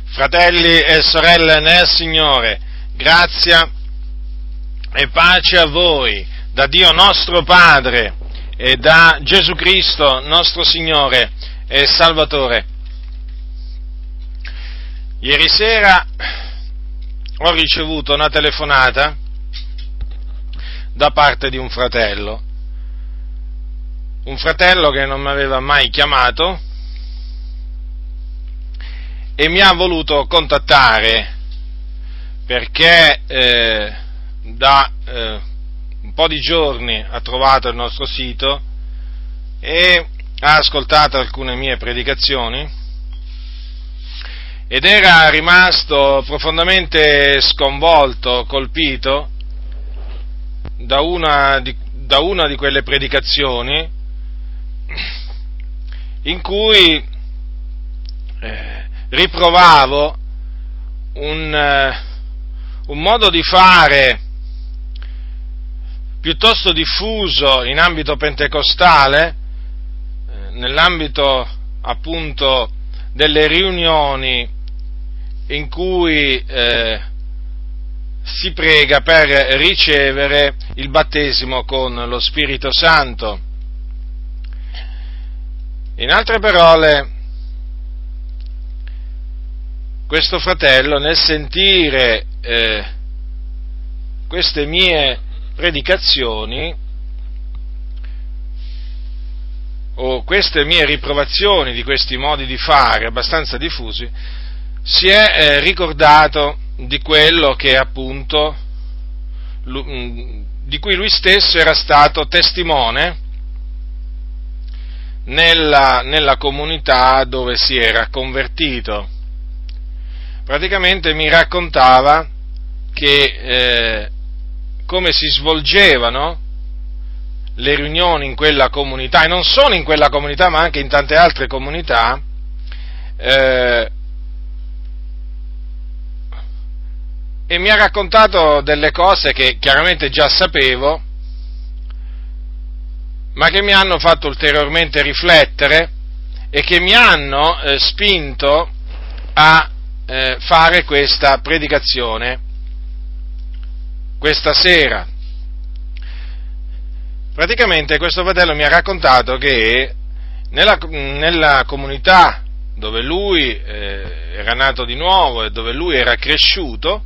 Fratelli e sorelle nel Signore, grazia e pace a voi, da Dio nostro Padre e da Gesù Cristo nostro Signore e Salvatore. Ieri sera ho ricevuto una telefonata da parte di un fratello che non mi aveva mai chiamato e mi ha voluto contattare perché da un po' di giorni ha trovato il nostro sito e ha ascoltato alcune mie predicazioni ed era rimasto profondamente sconvolto, colpito da una di quelle predicazioni in cui riprovavo un modo di fare piuttosto diffuso in ambito pentecostale, nell'ambito appunto delle riunioni in cui si prega per ricevere il battesimo con lo Spirito Santo. In altre parole, questo fratello, nel sentire queste mie predicazioni o queste mie riprovazioni di questi modi di fare abbastanza diffusi, si è ricordato di quello che appunto di cui lui stesso era stato testimone nella comunità dove si era convertito. Praticamente mi raccontava che come si svolgevano le riunioni in quella comunità, e non solo in quella comunità ma anche in tante altre comunità, e mi ha raccontato delle cose che chiaramente già sapevo, ma che mi hanno fatto ulteriormente riflettere e che mi hanno spinto a fare questa predicazione questa sera. Praticamente questo fratello mi ha raccontato che nella comunità dove lui era nato di nuovo e dove lui era cresciuto,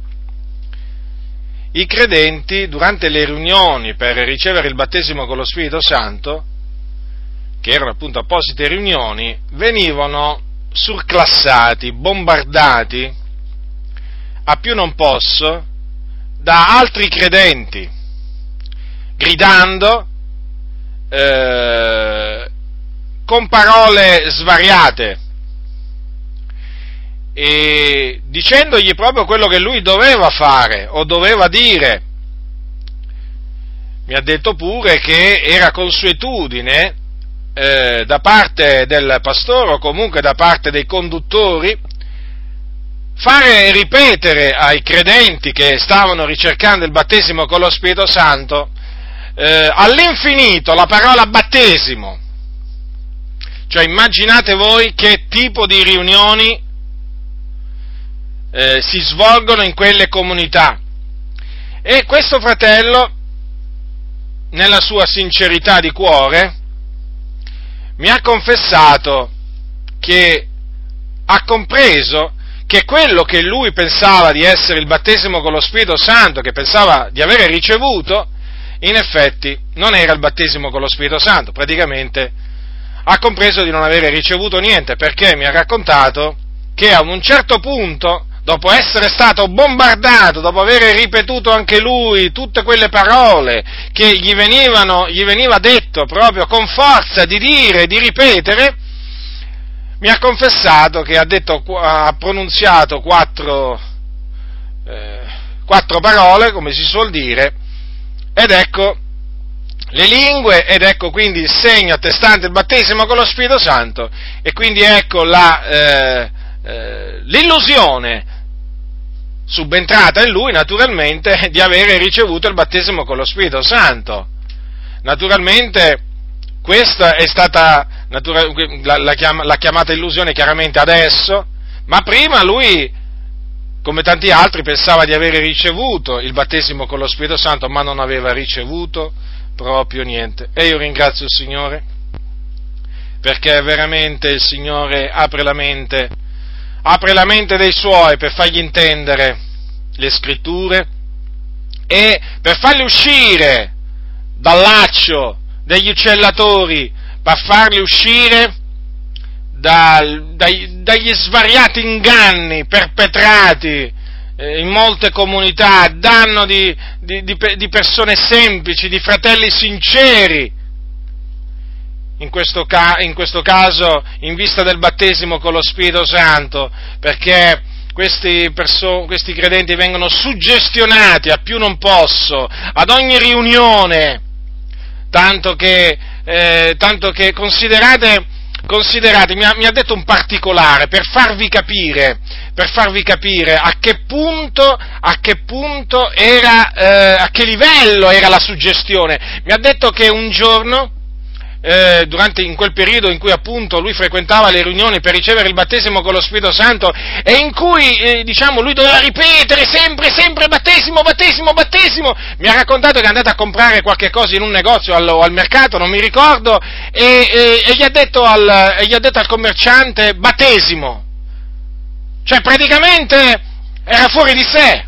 i credenti durante le riunioni per ricevere il battesimo con lo Spirito Santo, che erano appunto apposite riunioni, venivano surclassati, bombardati a più non posso da altri credenti, gridando con parole svariate e dicendogli proprio quello che lui doveva fare o doveva dire. Mi ha detto pure che era consuetudine da parte del pastore o comunque da parte dei conduttori fare ripetere ai credenti che stavano ricercando il battesimo con lo Spirito Santo all'infinito la parola battesimo. Cioè immaginate voi che tipo di riunioni si svolgono in quelle comunità. E questo fratello, nella sua sincerità di cuore, mi ha confessato che ha compreso che quello che lui pensava di essere il battesimo con lo Spirito Santo, che pensava di avere ricevuto, in effetti non era il battesimo con lo Spirito Santo. Praticamente ha compreso di non avere ricevuto niente, perché mi ha raccontato che a un certo punto, dopo essere stato bombardato, dopo aver ripetuto anche lui tutte quelle parole che gli veniva detto proprio con forza di dire, di ripetere, mi ha confessato che ha pronunziato quattro parole, come si suol dire, ed ecco le lingue, ed ecco quindi il segno attestante il battesimo con lo Spirito Santo, e quindi ecco l'illusione subentrata in lui, naturalmente, di avere ricevuto il battesimo con lo Spirito Santo. Naturalmente questa è stata l'ha chiamata illusione chiaramente adesso, Ma prima lui, come tanti altri, pensava di avere ricevuto il battesimo con lo Spirito Santo, ma non aveva ricevuto proprio niente. E io ringrazio il Signore, perché veramente il Signore apre la mente dei Suoi per fargli intendere le Scritture e per farli uscire dal laccio degli uccellatori, per farli uscire dagli svariati inganni perpetrati in molte comunità a danno di persone semplici, di fratelli sinceri, in questo caso in vista del battesimo con lo Spirito Santo, perché questi credenti vengono suggestionati a più non posso, ad ogni riunione, tanto che considerate, mi ha detto un particolare per farvi capire a che punto era, a che livello era la suggestione. Mi ha detto che un giorno, in quel periodo in cui appunto lui frequentava le riunioni per ricevere il battesimo con lo Spirito Santo e in cui lui doveva ripetere sempre battesimo, mi ha raccontato che è andato a comprare qualche cosa in un negozio o al mercato, non mi ricordo, e gli ha detto al commerciante battesimo, cioè praticamente era fuori di sé,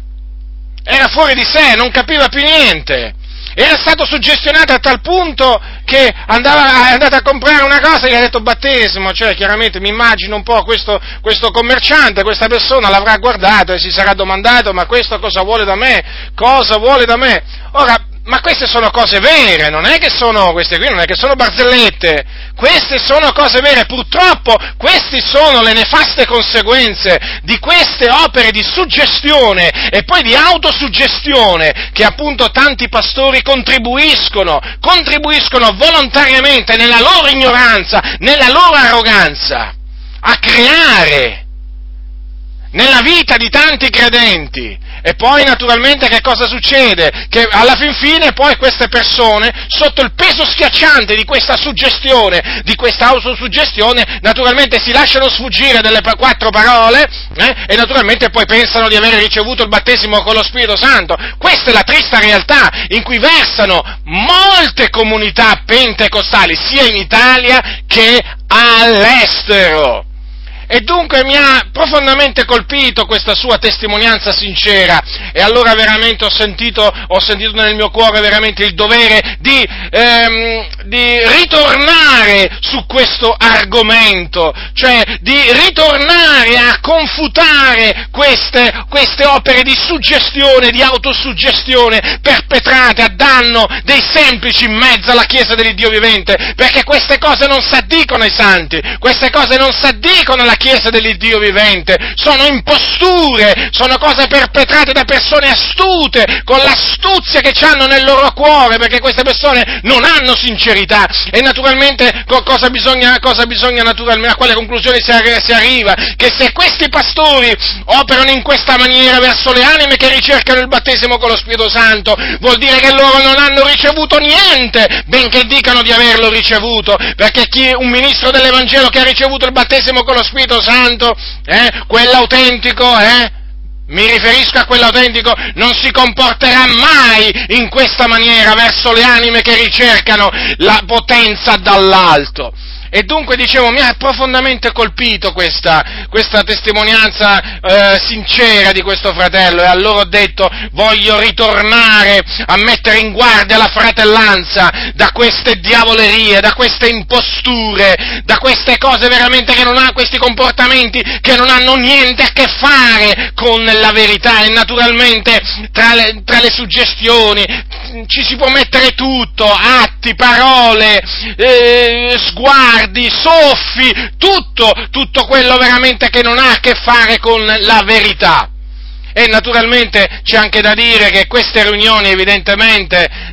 non capiva più niente. Era stato suggestionato a tal punto che è andato a comprare una cosa e gli ha detto battesimo, cioè chiaramente mi immagino un po' questo commerciante, questa persona l'avrà guardato e si sarà domandato: ma questo cosa vuole da me? Ora, ma queste sono cose vere, queste qui non è che sono barzellette, queste sono cose vere. Purtroppo queste sono le nefaste conseguenze di queste opere di suggestione e poi di autosuggestione che appunto tanti pastori contribuiscono volontariamente nella loro ignoranza, nella loro arroganza, a creare nella vita di tanti credenti. E poi naturalmente che cosa succede? Che alla fin fine poi queste persone, sotto il peso schiacciante di questa suggestione, di questa autosuggestione, naturalmente si lasciano sfuggire delle 4 parole e naturalmente poi pensano di avere ricevuto il battesimo con lo Spirito Santo. Questa è la triste realtà in cui versano molte comunità pentecostali, sia in Italia che all'estero. E dunque mi ha profondamente colpito questa sua testimonianza sincera, e allora veramente ho sentito nel mio cuore veramente il dovere di ritornare su questo argomento, cioè di ritornare a confutare queste opere di suggestione, di autosuggestione perpetrate a danno dei semplici in mezzo alla Chiesa dell'Iddio vivente, perché queste cose non s'addicono ai santi, queste cose non s'addicono alla Chiesa dell'Iddio vivente, sono imposture, sono cose perpetrate da persone astute, con l'astuzia che hanno nel loro cuore, perché queste persone non hanno sincerità. E naturalmente a quale conclusione si arriva? Che se questi pastori operano in questa maniera verso le anime che ricercano il battesimo con lo Spirito Santo, vuol dire che loro non hanno ricevuto niente, benché dicano di averlo ricevuto, perché un ministro dell'Evangelo che ha ricevuto il battesimo con lo Spirito Santo, quell'autentico, mi riferisco a quell'autentico, non si comporterà mai in questa maniera verso le anime che ricercano la potenza dall'alto. E dunque, dicevo, mi ha profondamente colpito questa testimonianza sincera di questo fratello, e allora ho detto: voglio ritornare a mettere in guardia la fratellanza da queste diavolerie, da queste imposture, da queste cose veramente questi comportamenti che non hanno niente a che fare con la verità. E naturalmente tra le suggestioni ci si può mettere tutto: atti, parole, sguardi, soffi, tutto quello veramente che non ha a che fare con la verità. E naturalmente c'è anche da dire che queste riunioni evidentemente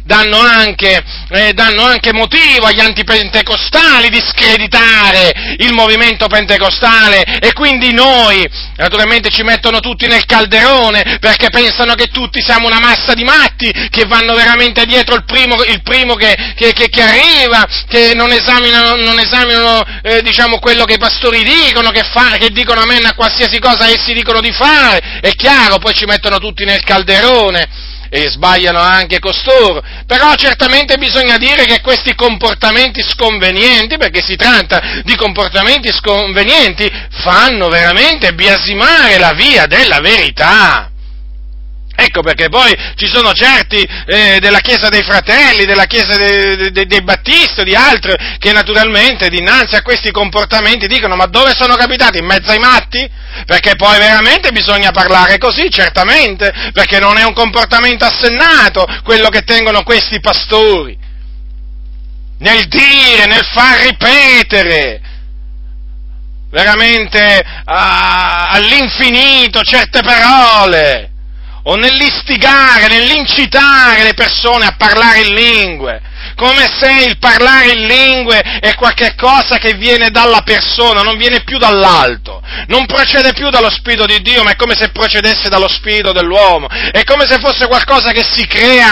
danno anche motivo agli antipentecostali di screditare il movimento pentecostale, e quindi noi, naturalmente, ci mettono tutti nel calderone, perché pensano che tutti siamo una massa di matti, che vanno veramente dietro il primo che arriva, che non esaminano diciamo quello che i pastori dicono, che dicono amen a qualsiasi cosa essi dicono di fare. È chiaro, poi ci mettono tutti nel calderone, e sbagliano anche costoro. Però certamente bisogna dire che questi comportamenti sconvenienti, perché si tratta di comportamenti sconvenienti, fanno veramente biasimare la via della verità. Ecco perché poi ci sono certi della Chiesa dei Fratelli, della Chiesa dei Battisti o di altre, che naturalmente dinanzi a questi comportamenti dicono: ma dove sono capitati? In mezzo ai matti? Perché poi veramente bisogna parlare così, certamente, perché non è un comportamento assennato quello che tengono questi pastori, nel dire, nel far ripetere veramente all'infinito certe parole, o nell'istigare, nell'incitare le persone a parlare in lingue, come se il parlare in lingue è qualche cosa che viene dalla persona, non viene più dall'alto, non procede più dallo Spirito di Dio, ma è come se procedesse dallo spirito dell'uomo, è come se fosse qualcosa che si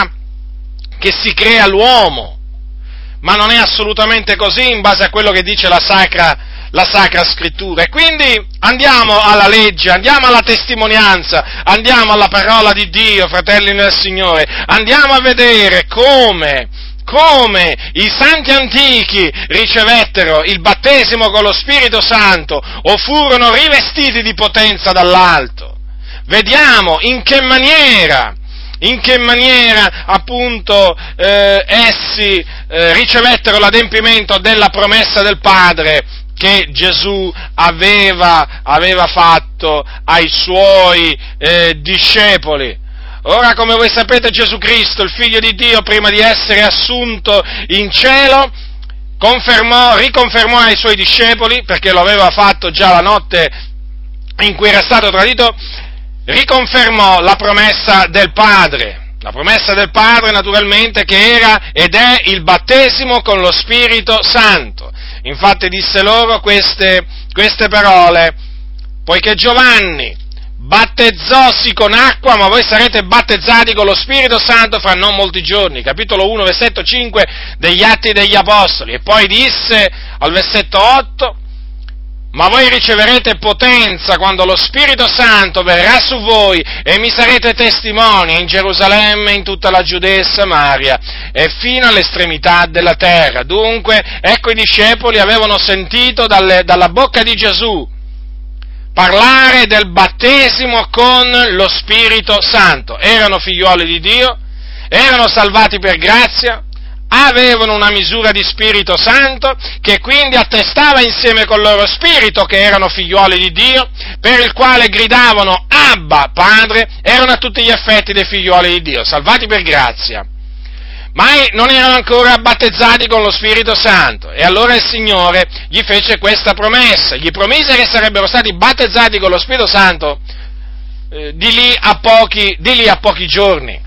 crea l'uomo, ma non è assolutamente così in base a quello che dice la Sacra Scrittura. E quindi andiamo alla legge, andiamo alla testimonianza, andiamo alla parola di Dio, fratelli nel Signore, andiamo a vedere come i santi antichi ricevettero il battesimo con lo Spirito Santo o furono rivestiti di potenza dall'alto. Vediamo in che maniera appunto essi ricevettero l'adempimento della promessa del Padre che Gesù aveva fatto ai suoi discepoli. Ora, come voi sapete, Gesù Cristo, il Figlio di Dio, prima di essere assunto in cielo, riconfermò ai suoi discepoli, perché lo aveva fatto già la notte in cui era stato tradito, riconfermò la promessa del Padre naturalmente, che era ed è il battesimo con lo Spirito Santo. Infatti disse loro queste parole: poiché Giovanni battezzossi con acqua, ma voi sarete battezzati con lo Spirito Santo fra non molti giorni. Capitolo 1, versetto 5 degli Atti degli Apostoli. E poi disse al versetto 8: ma voi riceverete potenza quando lo Spirito Santo verrà su voi e mi sarete testimoni in Gerusalemme, in tutta la Giudea e Samaria e fino all'estremità della terra. Dunque, ecco, i discepoli avevano sentito dalla bocca di Gesù parlare del battesimo con lo Spirito Santo. Erano figliuoli di Dio, erano salvati per grazia, avevano una misura di Spirito Santo che quindi attestava insieme col loro spirito che erano figliuoli di Dio, per il quale gridavano Abba, Padre, erano a tutti gli effetti dei figliuoli di Dio, salvati per grazia. Ma non erano ancora battezzati con lo Spirito Santo, e allora il Signore gli fece questa promessa, gli promise che sarebbero stati battezzati con lo Spirito Santo di lì a pochi giorni.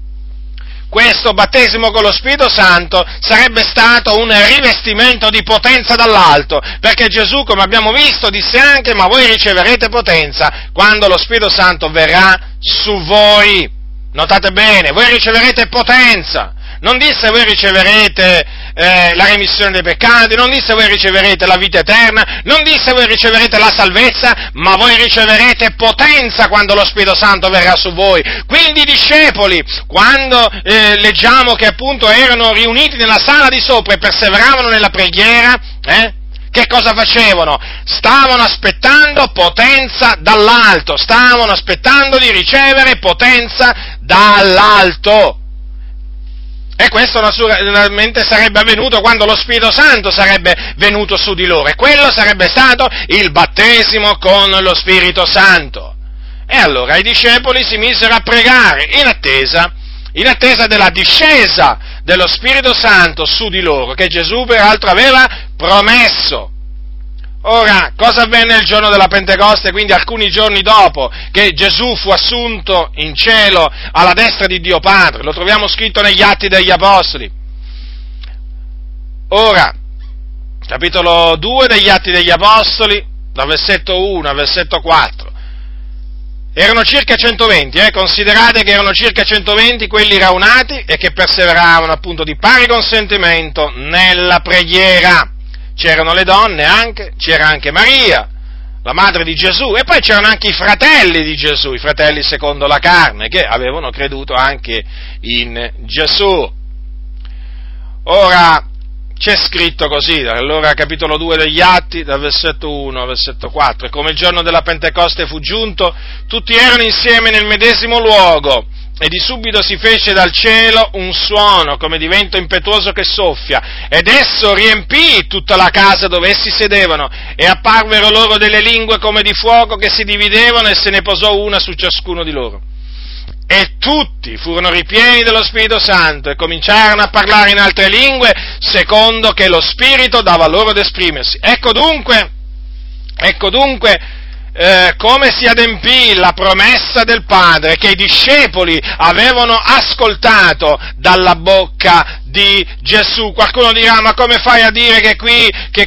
Questo battesimo con lo Spirito Santo sarebbe stato un rivestimento di potenza dall'alto, perché Gesù, come abbiamo visto, disse anche: ma voi riceverete potenza quando lo Spirito Santo verrà su voi. Notate bene, voi riceverete potenza. Non disse voi riceverete la remissione dei peccati, non disse voi riceverete la vita eterna, non disse voi riceverete la salvezza, ma voi riceverete potenza quando lo Spirito Santo verrà su voi. Quindi i discepoli, quando leggiamo che appunto erano riuniti nella sala di sopra e perseveravano nella preghiera, che cosa facevano? Stavano aspettando potenza dall'alto, stavano aspettando di ricevere potenza dall'alto. E questo naturalmente sarebbe avvenuto quando lo Spirito Santo sarebbe venuto su di loro, e quello sarebbe stato il battesimo con lo Spirito Santo. E allora i discepoli si misero a pregare in attesa della discesa dello Spirito Santo su di loro, che Gesù peraltro aveva promesso. Ora, cosa avvenne il giorno della Pentecoste, quindi alcuni giorni dopo che Gesù fu assunto in cielo alla destra di Dio Padre? Lo troviamo scritto negli Atti degli Apostoli. Ora, capitolo 2 degli Atti degli Apostoli, dal versetto 1 al versetto 4. Erano circa 120, considerate che erano circa 120 quelli raunati e che perseveravano appunto di pari consentimento nella preghiera. C'erano le donne anche, c'era anche Maria, la madre di Gesù, e poi c'erano anche i fratelli di Gesù, i fratelli secondo la carne, che avevano creduto anche in Gesù. Ora, c'è scritto così, allora capitolo 2 degli Atti, dal versetto 1 al versetto 4, e come il giorno della Pentecoste fu giunto, tutti erano insieme nel medesimo luogo, e di subito si fece dal cielo un suono, come di vento impetuoso che soffia, ed esso riempì tutta la casa dove essi sedevano, e apparvero loro delle lingue come di fuoco che si dividevano, e se ne posò una su ciascuno di loro. E tutti furono ripieni dello Spirito Santo e cominciarono a parlare in altre lingue, secondo che lo Spirito dava loro ad esprimersi. Ecco dunque, come si adempì la promessa del Padre che i discepoli avevano ascoltato dalla bocca di Gesù. Qualcuno dirà: ma come fai a dire che qui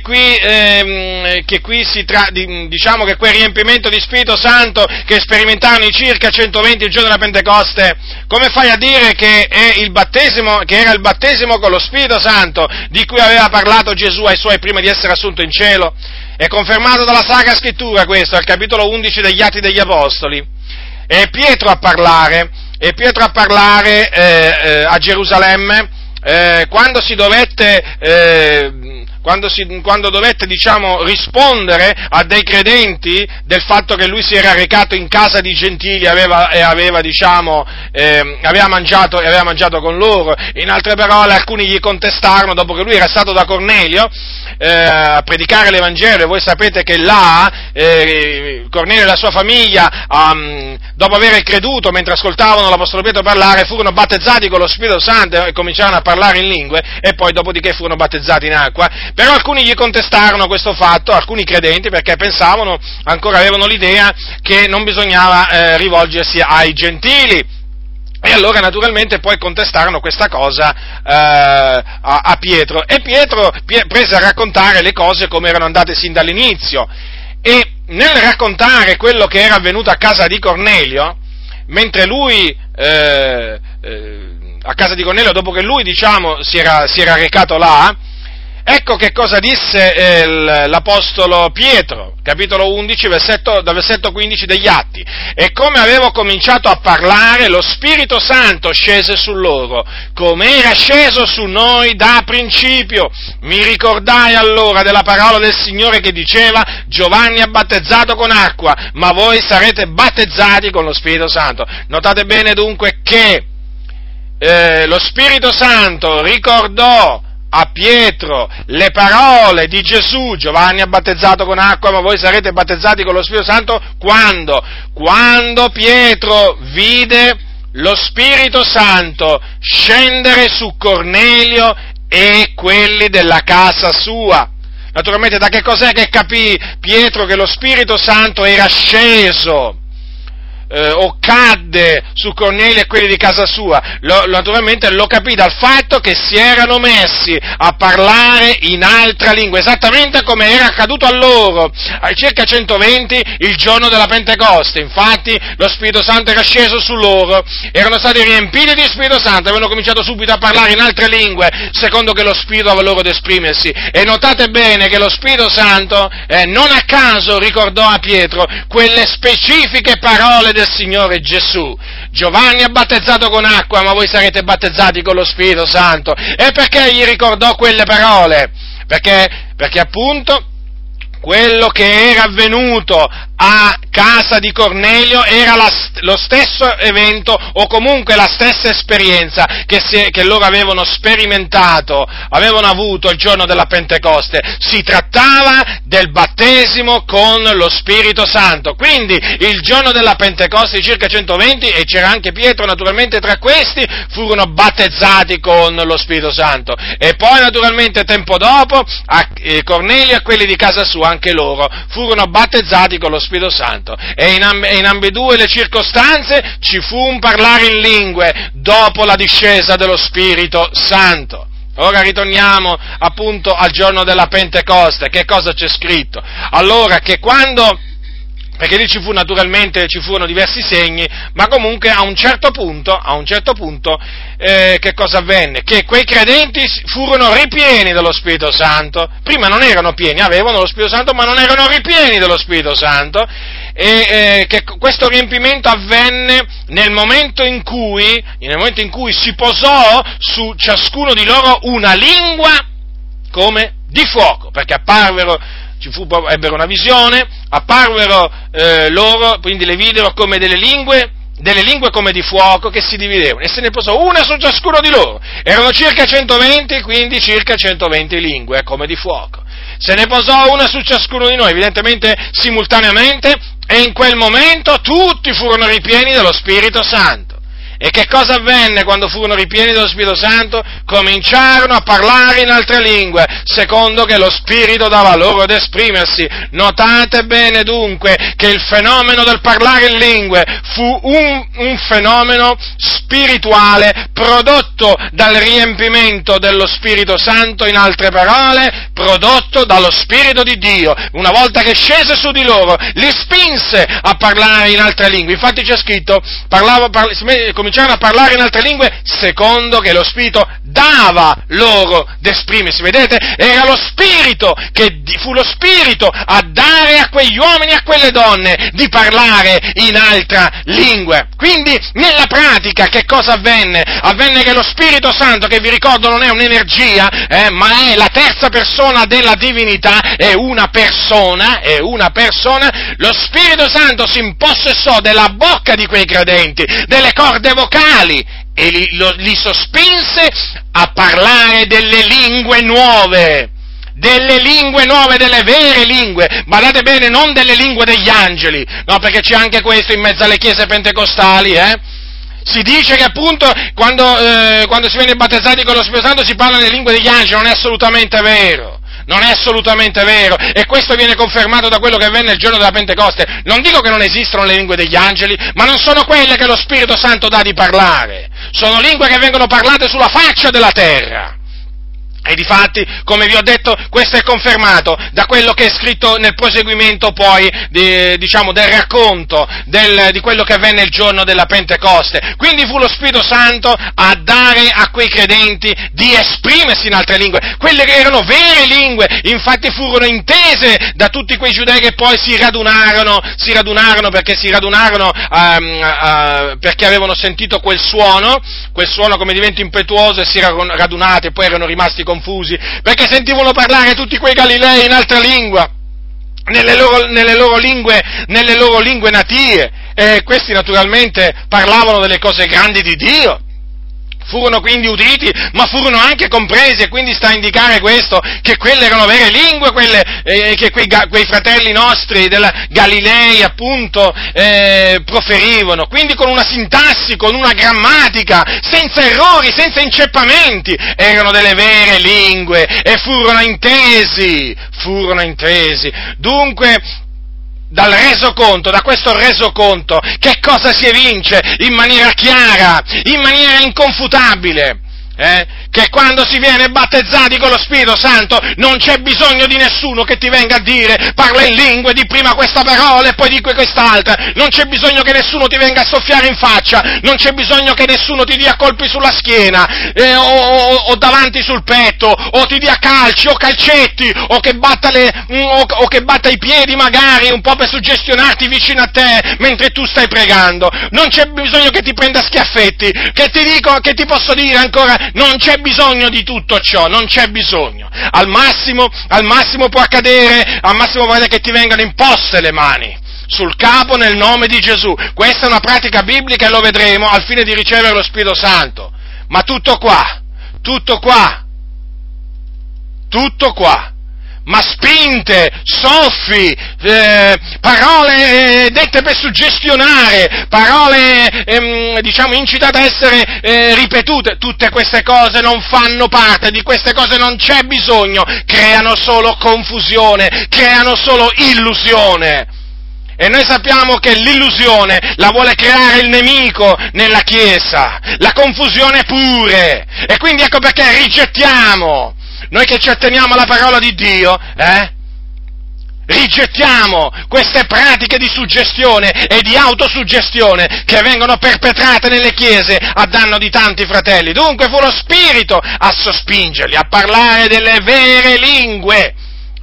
diciamo che quel riempimento di Spirito Santo che sperimentarono i circa 120 il giorno della Pentecoste, come fai a dire che è il battesimo, che era il battesimo con lo Spirito Santo di cui aveva parlato Gesù ai suoi prima di essere assunto in cielo? È confermato dalla Sacra Scrittura questo, al capitolo 11 degli Atti degli Apostoli. È Pietro a parlare a Gerusalemme, quando dovette rispondere a dei credenti del fatto che lui si era recato in casa di gentili e aveva mangiato con loro. In altre parole, alcuni gli contestarono, dopo che lui era stato da Cornelio a predicare l'Evangelo, e voi sapete che là Cornelio e la sua famiglia, dopo aver creduto mentre ascoltavano l'Apostolo Pietro parlare, furono battezzati con lo Spirito Santo e cominciarono a parlare in lingue, e poi dopodiché furono battezzati in acqua. Però alcuni gli contestarono questo fatto, alcuni credenti, perché avevano l'idea che non bisognava rivolgersi ai gentili. E allora naturalmente poi contestarono questa cosa a Pietro, e Pietro prese a raccontare le cose come erano andate sin dall'inizio, e nel raccontare quello che era avvenuto a casa di Cornelio, mentre lui a casa di Cornelio, dopo che lui si era recato là, ecco che cosa disse l'Apostolo Pietro, capitolo 11, dal versetto 15 degli Atti. E come avevo cominciato a parlare, lo Spirito Santo scese su loro, come era sceso su noi da principio. Mi ricordai allora della parola del Signore che diceva: Giovanni ha battezzato con acqua, ma voi sarete battezzati con lo Spirito Santo. Notate bene dunque che lo Spirito Santo ricordò a Pietro le parole di Gesù: Giovanni ha battezzato con acqua, ma voi sarete battezzati con lo Spirito Santo. Quando Pietro vide lo Spirito Santo scendere su Cornelio e quelli della casa sua. Naturalmente, da che cos'è che capì Pietro che lo Spirito Santo era sceso o cadde su Cornelio e quelli di casa sua? Naturalmente lo capì dal fatto che si erano messi a parlare in altra lingua, esattamente come era accaduto a loro, ai circa 120 il giorno della Pentecoste. Infatti lo Spirito Santo era sceso su loro, erano stati riempiti di Spirito Santo, avevano cominciato subito a parlare in altre lingue, secondo che lo Spirito aveva loro ad esprimersi. E notate bene che lo Spirito Santo non a caso ricordò a Pietro quelle specifiche parole del Signore Gesù: Giovanni ha battezzato con acqua, ma voi sarete battezzati con lo Spirito Santo. E perché gli ricordò quelle parole? Perché appunto quello che era avvenuto a casa di Cornelio era lo stesso evento, o comunque la stessa esperienza che loro avevano sperimentato, avevano avuto il giorno della Pentecoste. Si trattava del battesimo con lo Spirito Santo. Quindi il giorno della Pentecoste, circa 120, e c'era anche Pietro naturalmente tra questi, furono battezzati con lo Spirito Santo. E poi naturalmente tempo dopo Cornelio e quelli di casa sua anche loro furono battezzati con lo Spirito Santo, e in ambedue le circostanze ci fu un parlare in lingue dopo la discesa dello Spirito Santo. Ora ritorniamo appunto al giorno della Pentecoste. Che cosa c'è scritto? Allora, che perché lì ci furono diversi segni, ma comunque a un certo punto, che cosa avvenne? Che quei credenti furono ripieni dello Spirito Santo. Prima non erano pieni, avevano lo Spirito Santo, ma non erano ripieni dello Spirito Santo, e che questo riempimento avvenne nel momento in cui si posò su ciascuno di loro una lingua come di fuoco, perché ebbero una visione, apparvero loro, quindi le videro come delle lingue come di fuoco che si dividevano, e se ne posò una su ciascuno di loro. Erano circa 120, quindi circa 120 lingue come di fuoco. Se ne posò una su ciascuno di noi, evidentemente simultaneamente, e in quel momento tutti furono ripieni dello Spirito Santo. E che cosa avvenne quando furono ripieni dello Spirito Santo? Cominciarono a parlare in altre lingue, secondo che lo Spirito dava loro ad esprimersi. Notate bene dunque che il fenomeno del parlare in lingue fu un fenomeno spirituale prodotto dal riempimento dello Spirito Santo, in altre parole, prodotto dallo Spirito di Dio. Una volta che scese su di loro, li spinse a parlare in altre lingue. Infatti c'è scritto, cominciarono a parlare in altre lingue secondo che lo Spirito dava loro d'esprimersi. Vedete? Era lo Spirito, fu lo Spirito a dare a quegli uomini e a quelle donne di parlare in altra lingua. Quindi, nella pratica, che cosa avvenne? Avvenne che lo Spirito Santo, che vi ricordo non è un'energia, ma è la terza persona della divinità, è una persona, lo Spirito Santo si impossessò della bocca di quei credenti, delle corde vocali, e li sospinse a parlare delle lingue nuove, delle vere lingue, badate bene, non delle lingue degli angeli, no, perché c'è anche questo in mezzo alle chiese pentecostali, Si dice che appunto quando si viene battezzati con lo Spirito Santo si parla nelle lingue degli angeli. Non è assolutamente vero. Non è assolutamente vero, e questo viene confermato da quello che avvenne il giorno della Pentecoste. Non dico che non esistono le lingue degli angeli, ma non sono quelle che lo Spirito Santo dà di parlare. Sono lingue che vengono parlate sulla faccia della terra. E difatti, come vi ho detto, questo è confermato da quello che è scritto nel proseguimento poi, del racconto di quello che avvenne il giorno della Pentecoste. Quindi fu lo Spirito Santo a dare a quei credenti di esprimersi in altre lingue, quelle che erano vere lingue, infatti furono intese da tutti quei giudei che poi si radunarono perché avevano sentito quel suono come diventa impetuoso, e si erano radunati e poi erano rimasti confusi, perché sentivano parlare tutti quei Galilei in altra lingua, nelle loro lingue natie, e questi naturalmente parlavano delle cose grandi di Dio. Furono quindi uditi, ma furono anche compresi, e quindi sta a indicare questo, che quelle erano vere lingue, che quei fratelli nostri della Galilei appunto proferivano, quindi con una sintassi, con una grammatica, senza errori, senza inceppamenti, erano delle vere lingue, e furono intesi. Dunque, da questo resoconto, che cosa si evince in maniera chiara, in maniera inconfutabile? Che quando si viene battezzati con lo Spirito Santo non c'è bisogno di nessuno che ti venga a dire parla in lingue, di prima questa parola e poi di quest'altra, non c'è bisogno che nessuno ti venga a soffiare in faccia, non c'è bisogno che nessuno ti dia colpi sulla schiena, o davanti sul petto, o ti dia calci o calcetti, o che batta i piedi magari un po' per suggestionarti vicino a te mentre tu stai pregando, non c'è bisogno che ti prenda schiaffetti, che ti posso dire ancora, non c'è bisogno di tutto ciò, non c'è bisogno. Al massimo può accadere che ti vengano imposte le mani sul capo nel nome di Gesù. Questa è una pratica biblica e lo vedremo al fine di ricevere lo Spirito Santo. Ma tutto qua. ma spinte, soffi, parole dette per suggestionare, parole incitate a essere ripetute. Tutte queste cose non fanno parte, di queste cose non c'è bisogno, creano solo confusione, creano solo illusione. E noi sappiamo che l'illusione la vuole creare il nemico nella Chiesa, la confusione pure, e quindi ecco perché rigettiamo, noi che ci atteniamo alla parola di Dio, rigettiamo queste pratiche di suggestione e di autosuggestione che vengono perpetrate nelle chiese a danno di tanti fratelli. Dunque fu lo Spirito a sospingerli a parlare delle vere lingue,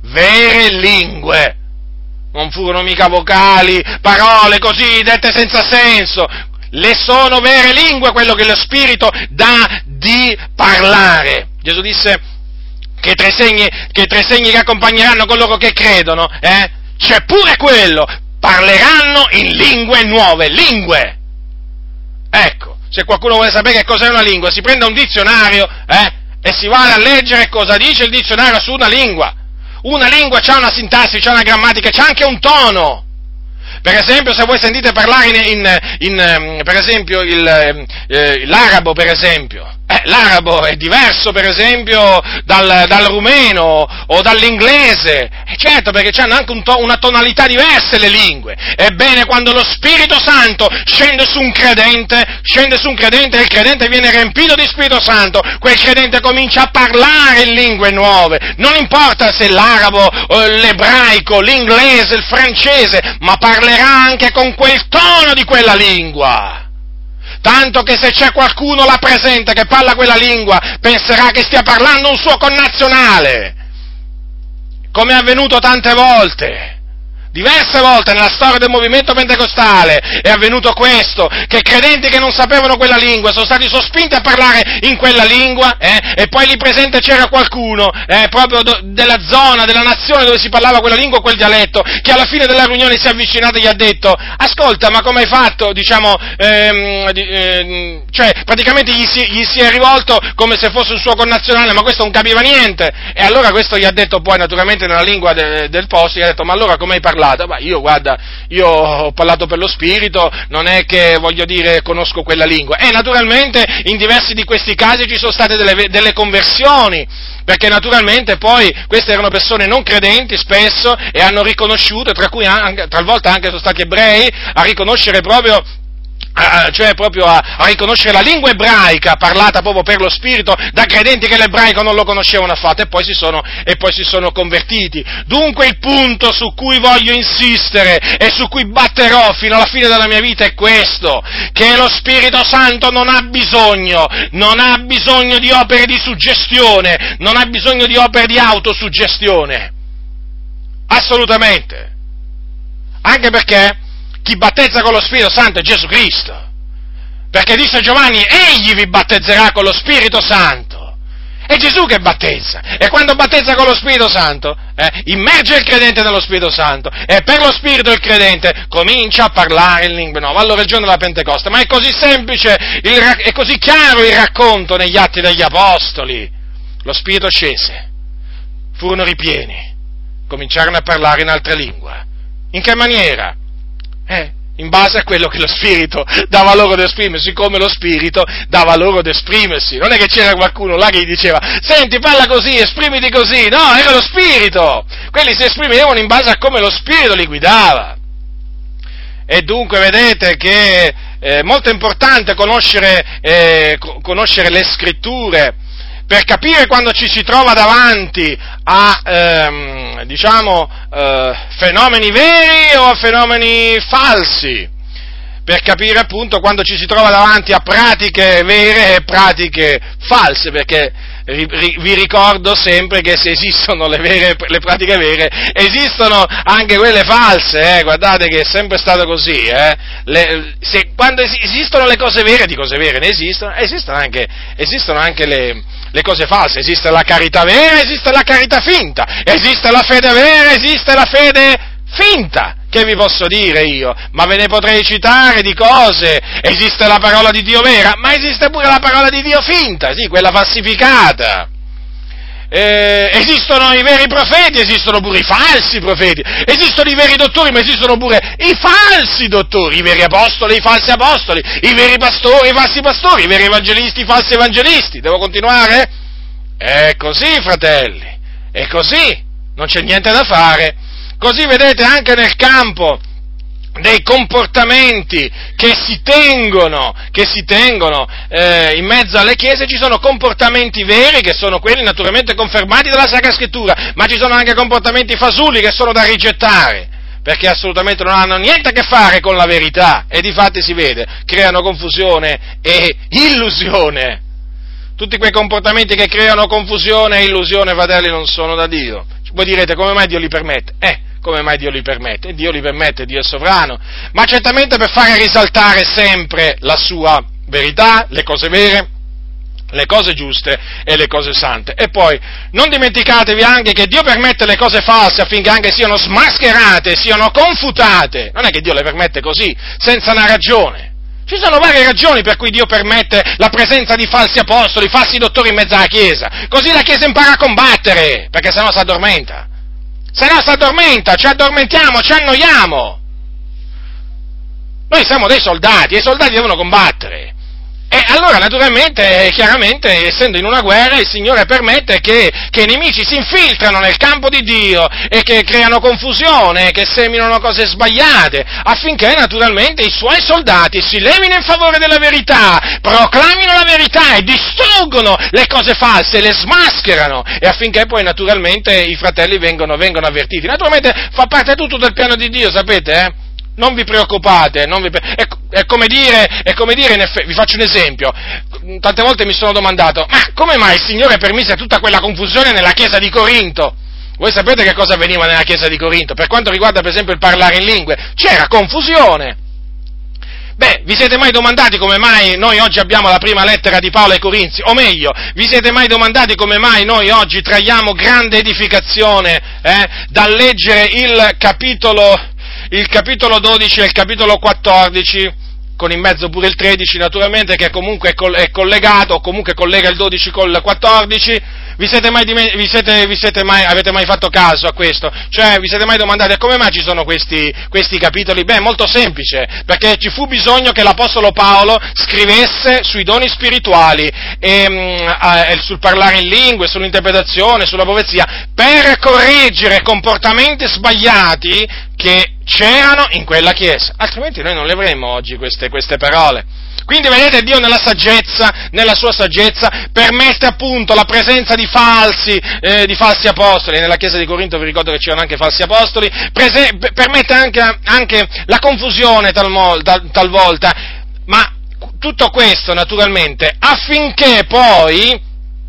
non furono mica vocali, parole così dette senza senso. Le sono vere lingue quello che lo Spirito dà di parlare. Gesù disse che tre segni che accompagneranno coloro che credono, c'è pure quello, parleranno in lingue nuove, lingue. Ecco, se qualcuno vuole sapere che cos'è una lingua, si prenda un dizionario, e si va a leggere cosa dice il dizionario su una lingua. Una lingua c'ha una sintassi, c'ha una grammatica, c'ha anche un tono. Per esempio, se voi sentite parlare per esempio, l'arabo, per esempio, l'arabo è diverso, per esempio, dal rumeno o dall'inglese, certo, perché hanno anche una tonalità diversa le lingue. Ebbene, quando lo Spirito Santo scende su un credente e il credente viene riempito di Spirito Santo, quel credente comincia a parlare in lingue nuove, non importa se l'arabo, l'ebraico, l'inglese, il francese, ma parlerà anche con quel tono di quella lingua. Tanto che se c'è qualcuno là presente che parla quella lingua, penserà che stia parlando un suo connazionale, come è avvenuto tante volte. Diverse volte nella storia del movimento pentecostale è avvenuto questo, che credenti che non sapevano quella lingua sono stati sospinti a parlare in quella lingua, e poi lì presente c'era qualcuno, proprio della zona, della nazione dove si parlava quella lingua, quel dialetto, che alla fine della riunione si è avvicinato e gli ha detto: ascolta, ma come hai fatto, cioè praticamente gli si è rivolto come se fosse un suo connazionale, ma questo non capiva niente, e allora questo gli ha detto poi naturalmente nella lingua del posto, gli ha detto: ma allora come hai parlato? Ma io ho parlato per lo Spirito, non è che voglio dire conosco quella lingua. E naturalmente in diversi di questi casi ci sono state delle conversioni, perché naturalmente poi queste erano persone non credenti spesso e hanno riconosciuto, tra cui talvolta anche sono stati ebrei, a riconoscere proprio a riconoscere la lingua ebraica parlata proprio per lo Spirito da credenti che l'ebraico non lo conoscevano affatto, e poi si sono convertiti. Dunque il punto su cui voglio insistere e su cui batterò fino alla fine della mia vita è questo: che lo Spirito Santo non ha bisogno di opere di suggestione, non ha bisogno di opere di autosuggestione, assolutamente, anche perché chi battezza con lo Spirito Santo è Gesù Cristo, perché disse Giovanni: egli vi battezzerà con lo Spirito Santo. È Gesù che battezza, e quando battezza con lo Spirito Santo, immerge il credente nello Spirito Santo, e per lo Spirito il credente comincia a parlare in lingue nuove. Allora il giorno della Pentecoste, ma è così semplice, è così chiaro il racconto negli Atti degli Apostoli. Lo Spirito scese, furono ripieni, cominciarono a parlare in altre lingue. In che maniera? In base a quello che lo Spirito dava loro ad esprimersi, come lo Spirito dava loro ad esprimersi. Non è che c'era qualcuno là che gli diceva: senti, parla così, esprimiti così. No, era lo Spirito. Quelli si esprimevano in base a come lo Spirito li guidava. E dunque vedete che è molto importante conoscere le Scritture, per capire quando ci si trova davanti a, fenomeni veri o a fenomeni falsi, per capire appunto quando ci si trova davanti a pratiche vere e pratiche false, perché vi ricordo sempre che se esistono le pratiche vere, esistono anche quelle false, guardate che è sempre stato così, quando esistono le cose vere, di cose vere ne esistono anche le cose false. Esiste la carità vera, esiste la carità finta, esiste la fede vera, esiste la fede finta. Che vi posso dire io? Ma ve ne potrei citare di cose. Esiste la parola di Dio vera, ma esiste pure la parola di Dio finta, sì, quella falsificata. esistono i veri profeti, esistono pure i falsi profeti, esistono i veri dottori, ma esistono pure i falsi dottori, i veri apostoli, i falsi apostoli, i veri pastori, i falsi pastori, i veri evangelisti, i falsi evangelisti. Devo continuare? È così, fratelli, è così, non c'è niente da fare. Così vedete anche nel campo dei comportamenti che si tengono in mezzo alle chiese, ci sono comportamenti veri, che sono quelli naturalmente confermati dalla Sacra Scrittura, ma ci sono anche comportamenti fasulli che sono da rigettare, perché assolutamente non hanno niente a che fare con la verità, e difatti si vede, creano confusione e illusione. Tutti quei comportamenti che creano confusione e illusione, fratelli, non sono da Dio. Voi direte, come mai Dio li permette? Come mai Dio li permette? Dio li permette, Dio è sovrano, ma certamente per fare risaltare sempre la sua verità, le cose vere, le cose giuste e le cose sante. E poi, non dimenticatevi anche che Dio permette le cose false affinché anche siano smascherate, siano confutate. Non è che Dio le permette così, senza una ragione. Ci sono varie ragioni per cui Dio permette la presenza di falsi apostoli, falsi dottori in mezzo alla Chiesa. Così la Chiesa impara a combattere, perché sennò si addormenta. Ci addormentiamo, ci annoiamo. Noi siamo dei soldati, e i soldati devono combattere. E allora, naturalmente, chiaramente, essendo in una guerra, il Signore permette che i nemici si infiltrano nel campo di Dio e che creano confusione, che seminano cose sbagliate, affinché, naturalmente, i Suoi soldati si levino in favore della verità, proclamino la verità e distruggono le cose false, le smascherano, e affinché poi, naturalmente, i fratelli vengono avvertiti. Naturalmente, fa parte tutto del piano di Dio, sapete, Non vi preoccupate, è come dire, in effetti, vi faccio un esempio. Tante volte mi sono domandato, ma come mai il Signore permise tutta quella confusione nella chiesa di Corinto? Voi sapete che cosa avveniva nella chiesa di Corinto? Per quanto riguarda, per esempio, il parlare in lingue, c'era confusione. Vi siete mai domandati come mai noi oggi abbiamo la prima lettera di Paolo ai Corinzi? O meglio, vi siete mai domandati come mai noi oggi traiamo grande edificazione dal leggere il capitolo 12 e il capitolo 14, con in mezzo pure il 13 naturalmente, che comunque è collegato, o comunque collega il 12 col 14, avete mai fatto caso a questo? Cioè, vi siete mai domandati come mai ci sono questi capitoli? Molto semplice, perché ci fu bisogno che l'Apostolo Paolo scrivesse sui doni spirituali, e sul parlare in lingue, sull'interpretazione, sulla profezia, per correggere comportamenti sbagliati che c'erano in quella chiesa, altrimenti noi non le avremmo oggi queste parole. Quindi vedete, Dio nella sua saggezza, permette appunto la presenza di falsi apostoli. Nella chiesa di Corinto vi ricordo che c'erano anche falsi apostoli, permette anche la confusione talvolta, ma tutto questo naturalmente affinché poi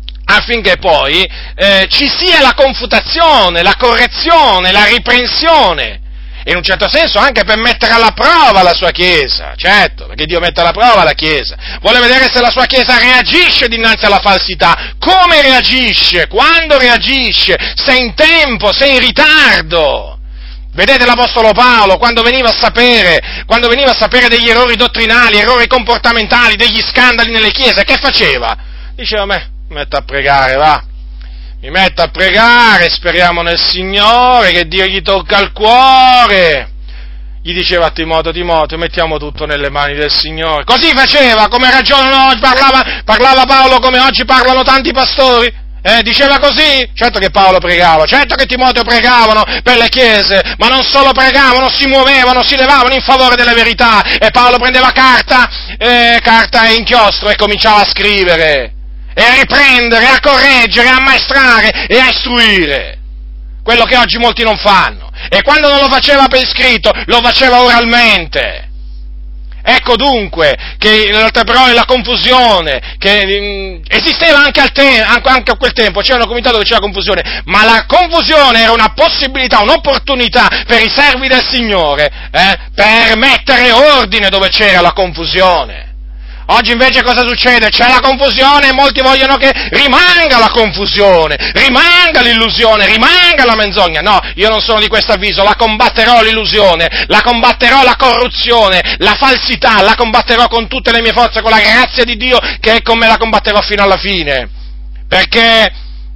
ci sia la confutazione, la correzione, la riprensione, e in un certo senso anche per mettere alla prova la sua Chiesa, certo, perché Dio mette alla prova la Chiesa, vuole vedere se la sua Chiesa reagisce dinanzi alla falsità, come reagisce, quando reagisce, se è in tempo, se è in ritardo. Vedete l'Apostolo Paolo, quando veniva a sapere degli errori dottrinali, errori comportamentali, degli scandali nelle chiese, che faceva? Diceva, mi metto a pregare, va. Mi metto a pregare, speriamo nel Signore, che Dio gli tocca il cuore. Gli diceva a Timoteo, mettiamo tutto nelle mani del Signore. Così faceva, come ragionano oggi, parlava Paolo come oggi parlano tanti pastori. Diceva così? Certo che Paolo pregava, certo che Timoteo pregavano per le chiese, ma non solo pregavano, si muovevano, si levavano in favore della verità, e Paolo prendeva carta e inchiostro e cominciava a scrivere, e a riprendere, a correggere, a ammaestrare e a istruire, quello che oggi molti non fanno, e quando non lo faceva per iscritto, lo faceva oralmente. Ecco dunque che in altre parole la confusione che esisteva anche a quel tempo, c'era un comitato che c'era confusione, ma la confusione era una possibilità, un'opportunità per i servi del Signore, per mettere ordine dove c'era la confusione. Oggi invece cosa succede? C'è la confusione e molti vogliono che rimanga la confusione, rimanga l'illusione, rimanga la menzogna. No, io non sono di questo avviso, la combatterò l'illusione, la combatterò la corruzione, la falsità, la combatterò con tutte le mie forze, con la grazia di Dio che è con me, la combatterò fino alla fine. Perché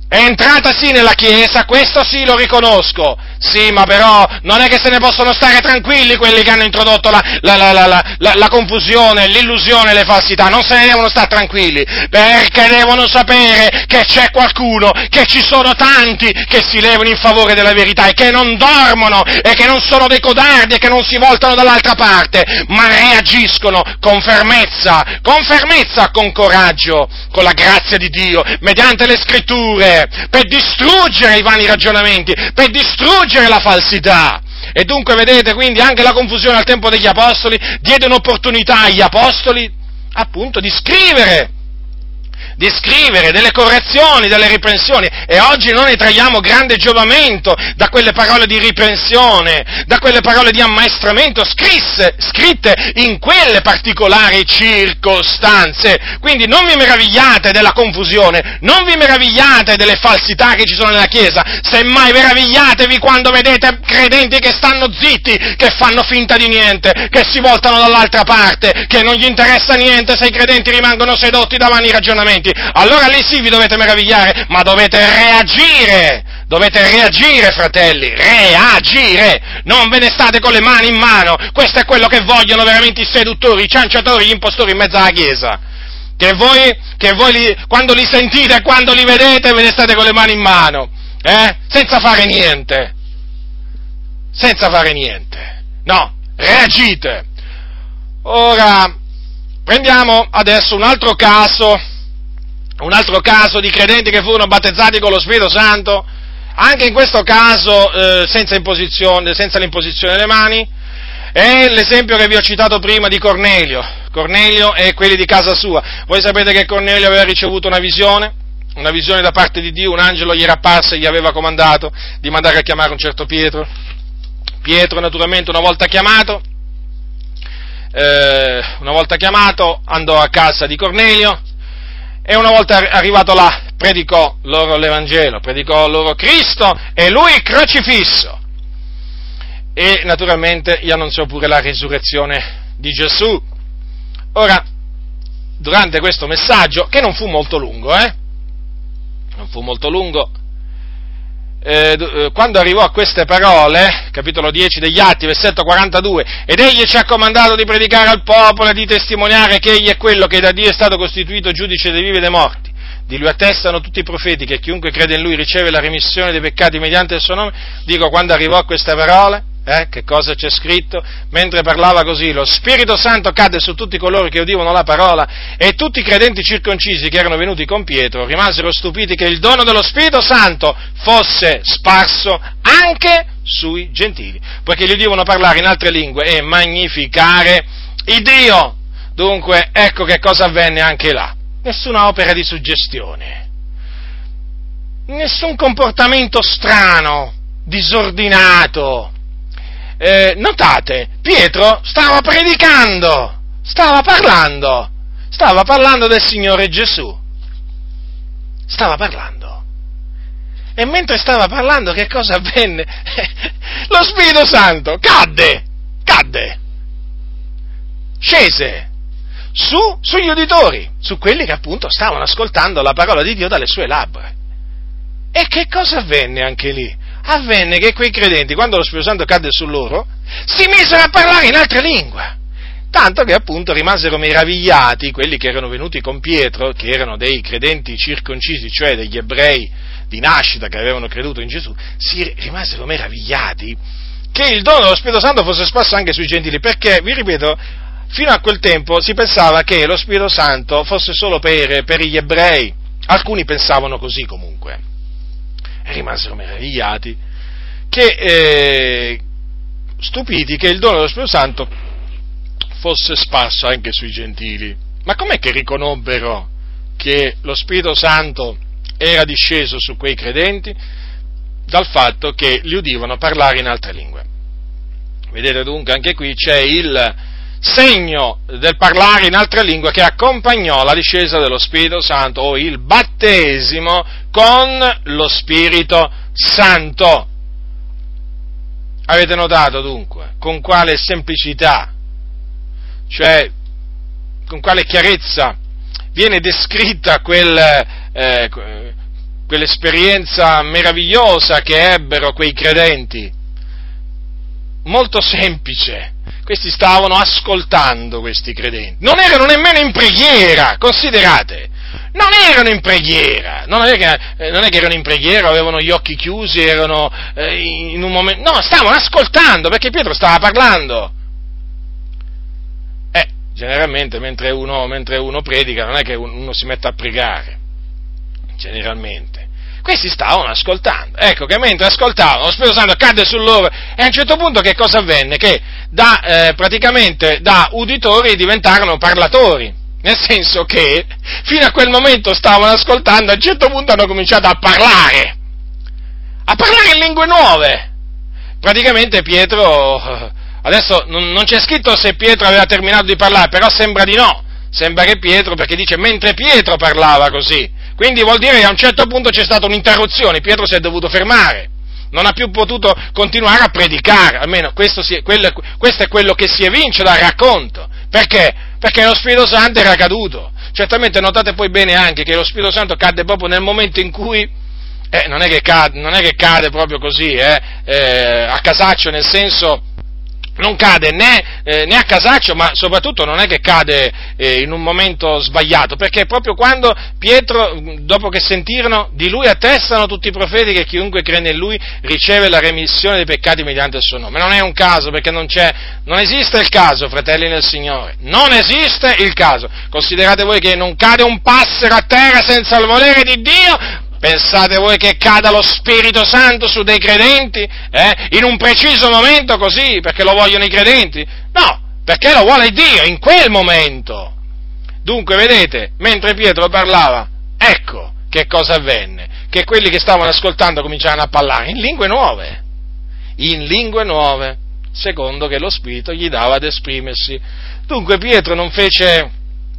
è entrata sì nella Chiesa, questo sì lo riconosco, sì, ma però non è che se ne possono stare tranquilli quelli che hanno introdotto la confusione, l'illusione e le falsità, non se ne devono stare tranquilli, perché devono sapere che c'è qualcuno, che ci sono tanti che si levano in favore della verità e che non dormono e che non sono dei codardi e che non si voltano dall'altra parte, ma reagiscono con fermezza, con coraggio, con la grazia di Dio, mediante le scritture, per distruggere i vani ragionamenti, per distruggere la falsità. E dunque, vedete, quindi anche la confusione al tempo degli apostoli diede un'opportunità agli apostoli, appunto, di scrivere delle correzioni, delle riprensioni, e oggi noi ne traiamo grande giovamento da quelle parole di riprensione, da quelle parole di ammaestramento scritte in quelle particolari circostanze. Quindi non vi meravigliate della confusione, non vi meravigliate delle falsità che ci sono nella Chiesa, semmai meravigliatevi quando vedete credenti che stanno zitti, che fanno finta di niente, che si voltano dall'altra parte, che non gli interessa niente se i credenti rimangono sedotti da vani ragionamenti. Allora lì sì vi dovete meravigliare, ma dovete reagire, fratelli, reagire, non ve ne state con le mani in mano. Questo è quello che vogliono veramente i seduttori, i cianciatori, gli impostori in mezzo alla Chiesa, che voi quando li sentite e quando li vedete ve ne state con le mani in mano, senza fare niente, no, reagite. Ora, prendiamo adesso un altro caso di credenti che furono battezzati con lo Spirito Santo, anche in questo caso senza l'imposizione delle mani, è l'esempio che vi ho citato prima di Cornelio e quelli di casa sua. Voi sapete che Cornelio aveva ricevuto una visione da parte di Dio, un angelo gli era apparso e gli aveva comandato di mandare a chiamare un certo Pietro. Pietro, naturalmente, una volta chiamato, andò a casa di Cornelio, e una volta arrivato là predicò loro l'Evangelo, predicò loro Cristo e lui crocifisso, e naturalmente gli annunziò pure la risurrezione di Gesù. Ora, durante questo messaggio, che non fu molto lungo, quando arrivò a queste parole, capitolo 10 degli Atti, versetto 42, ed egli ci ha comandato di predicare al popolo e di testimoniare che egli è quello che da Dio è stato costituito giudice dei vivi e dei morti. Di lui attestano tutti i profeti che chiunque crede in lui riceve la remissione dei peccati mediante il suo nome. Dico, quando arrivò a queste parole, che cosa c'è scritto? Mentre parlava così, lo Spirito Santo cadde su tutti coloro che udivano la parola, e tutti i credenti circoncisi che erano venuti con Pietro rimasero stupiti che il dono dello Spirito Santo fosse sparso anche sui gentili, poiché gli udivano parlare in altre lingue e magnificare il Dio. Dunque, ecco che cosa avvenne anche là. Nessuna opera di suggestione, nessun comportamento strano, disordinato. Notate, Pietro stava predicando, stava parlando del Signore Gesù, e mentre stava parlando, che cosa avvenne? Lo Spirito Santo cadde, scese sugli uditori, su quelli che appunto stavano ascoltando la parola di Dio dalle sue labbra. E che cosa avvenne anche lì? Avvenne che quei credenti, quando lo Spirito Santo cadde su loro, si misero a parlare in altre lingue, tanto che appunto rimasero meravigliati quelli che erano venuti con Pietro, che erano dei credenti circoncisi, cioè degli ebrei di nascita che avevano creduto in Gesù, si rimasero meravigliati che il dono dello Spirito Santo fosse sparso anche sui gentili, perché, vi ripeto, fino a quel tempo si pensava che lo Spirito Santo fosse solo per gli ebrei, alcuni pensavano così comunque, e rimasero meravigliati, stupiti che il dono dello Spirito Santo fosse sparso anche sui gentili. Ma com'è che riconobbero che lo Spirito Santo era disceso su quei credenti? Dal fatto che li udivano parlare in altre lingue. Vedete dunque, anche qui c'è il segno del parlare in altre lingue che accompagnò la discesa dello Spirito Santo, o il battesimo con lo Spirito Santo. Avete notato dunque con quale semplicità, cioè con quale chiarezza viene descritta quell'esperienza meravigliosa che ebbero quei credenti? Molto semplice. Questi stavano ascoltando, questi credenti. Non erano nemmeno in preghiera, considerate. Non erano in preghiera. Non è che erano in preghiera, avevano gli occhi chiusi, erano in un momento. No, stavano ascoltando, perché Pietro stava parlando. Generalmente mentre uno predica non è che uno si mette a pregare. Generalmente. Questi stavano ascoltando. Ecco che mentre ascoltavano, lo Spirito Santo cadde su loro e a un certo punto che cosa avvenne? Che praticamente da uditori diventarono parlatori. Nel senso che fino a quel momento stavano ascoltando, a un certo punto hanno cominciato a parlare in lingue nuove. Praticamente Pietro, adesso non c'è scritto se Pietro aveva terminato di parlare, però sembra di no. Sembra che Pietro, perché dice mentre Pietro parlava così. Quindi vuol dire che a un certo punto c'è stata un'interruzione, Pietro si è dovuto fermare, non ha più potuto continuare a predicare, almeno questo è quello che si evince dal racconto. Perché? Perché lo Spirito Santo era caduto. Certamente notate poi bene anche che lo Spirito Santo cadde proprio nel momento in cui, non è che cade proprio così, a casaccio, nel senso, non cade né a casaccio, ma soprattutto non è che cade in un momento sbagliato, perché proprio quando Pietro, dopo che sentirono, di lui attestano tutti i profeti che chiunque crede in lui riceve la remissione dei peccati mediante il suo nome. Non è un caso, perché non esiste il caso, fratelli nel Signore, non esiste il caso. Considerate voi che non cade un passero a terra senza il volere di Dio? Pensate voi che cada lo Spirito Santo su dei credenti, in un preciso momento così, perché lo vogliono i credenti? No, perché lo vuole Dio, in quel momento. Dunque, vedete, mentre Pietro parlava, ecco che cosa avvenne, che quelli che stavano ascoltando cominciarono a parlare in lingue nuove, secondo che lo Spirito gli dava ad esprimersi. Dunque Pietro non fece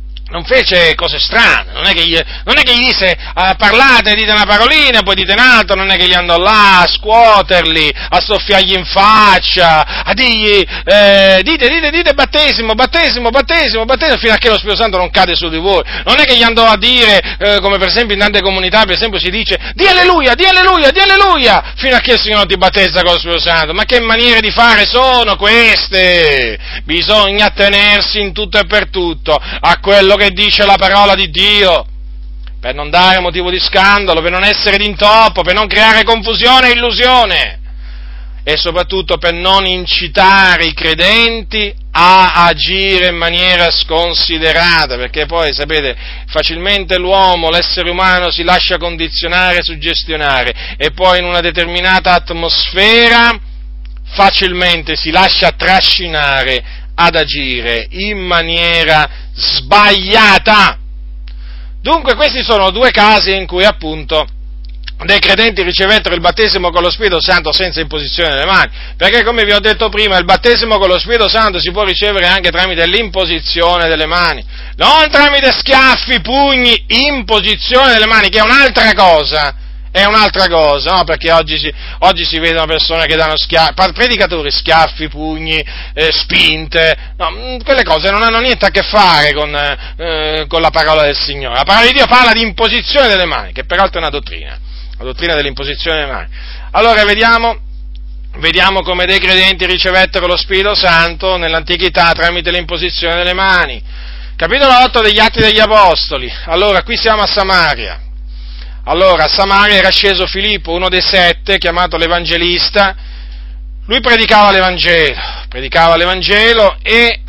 cose strane, non è che gli disse parlate, dite una parolina, poi dite un'altra, non è che gli andò là a scuoterli, a soffiargli in faccia, a dirgli dite battesimo, fino a che lo Spirito Santo non cade su di voi. Non è che gli andò a dire, come per esempio in tante comunità, per esempio si dice di alleluia, fino a che il Signore ti battezza con lo Spirito Santo. Ma che maniere di fare sono queste? Bisogna tenersi in tutto e per tutto a quello che dice la parola di Dio, per non dare motivo di scandalo, per non essere d'intoppo, per non creare confusione e illusione, e soprattutto per non incitare i credenti a agire in maniera sconsiderata, perché poi, sapete, facilmente l'essere umano si lascia condizionare, suggestionare, e poi in una determinata atmosfera facilmente si lascia trascinare ad agire in maniera sbagliata. Dunque questi sono due casi in cui appunto dei credenti ricevettero il battesimo con lo Spirito Santo senza imposizione delle mani, perché come vi ho detto prima il battesimo con lo Spirito Santo si può ricevere anche tramite l'imposizione delle mani, non tramite schiaffi, pugni, imposizione delle mani, che è un'altra cosa, no? Perché oggi si vedono persone che danno predicatori, schiaffi, pugni, spinte, no, quelle cose non hanno niente a che fare con la parola del Signore. La parola di Dio parla di imposizione delle mani, che peraltro è una dottrina dell'imposizione delle mani. Allora vediamo come dei credenti ricevettero lo Spirito Santo nell'antichità tramite l'imposizione delle mani. Capitolo 8 degli Atti degli Apostoli. Allora, qui siamo a Samaria. Allora, a Samaria era sceso Filippo, uno dei 7, chiamato l'Evangelista. Lui predicava l'Evangelo e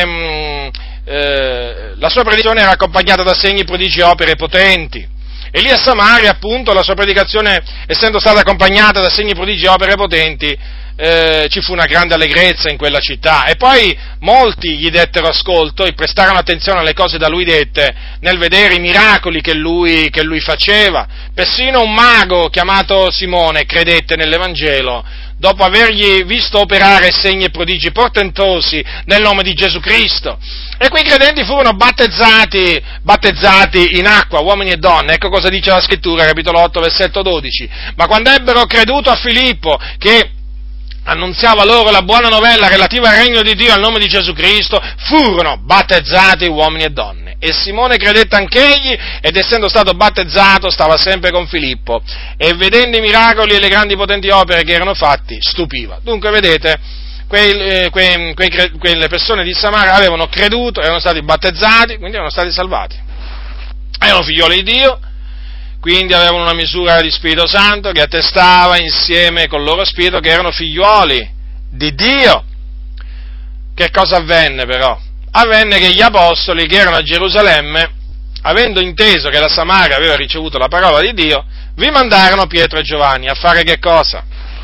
la sua predicazione era accompagnata da segni, prodigi e opere potenti. E lì a Samaria, appunto, la sua predicazione, essendo stata accompagnata da segni, prodigi e opere potenti, ci fu una grande allegrezza in quella città, e poi molti gli dettero ascolto e prestarono attenzione alle cose da lui dette, nel vedere i miracoli che lui faceva. Persino un mago chiamato Simone credette nell'Evangelo, dopo avergli visto operare segni e prodigi portentosi nel nome di Gesù Cristo. E quei credenti furono battezzati in acqua, uomini e donne. Ecco cosa dice la Scrittura, capitolo 8, versetto 12. Ma quando ebbero creduto a Filippo, che annunziava loro la buona novella relativa al regno di Dio al nome di Gesù Cristo, furono battezzati uomini e donne. Simone, e Simone credette anch'egli, ed essendo stato battezzato stava sempre con Filippo, e vedendo i miracoli e le grandi potenti opere che erano fatti, stupiva. Dunque, vedete, quelle persone di Samaria avevano creduto, erano stati battezzati, quindi erano stati salvati. Erano figlioli di Dio, quindi avevano una misura di Spirito Santo che attestava insieme col loro spirito che erano figliuoli di Dio. Che cosa avvenne però? Avvenne che gli apostoli che erano a Gerusalemme, avendo inteso che la Samaria aveva ricevuto la parola di Dio, vi mandarono Pietro e Giovanni a fare che cosa?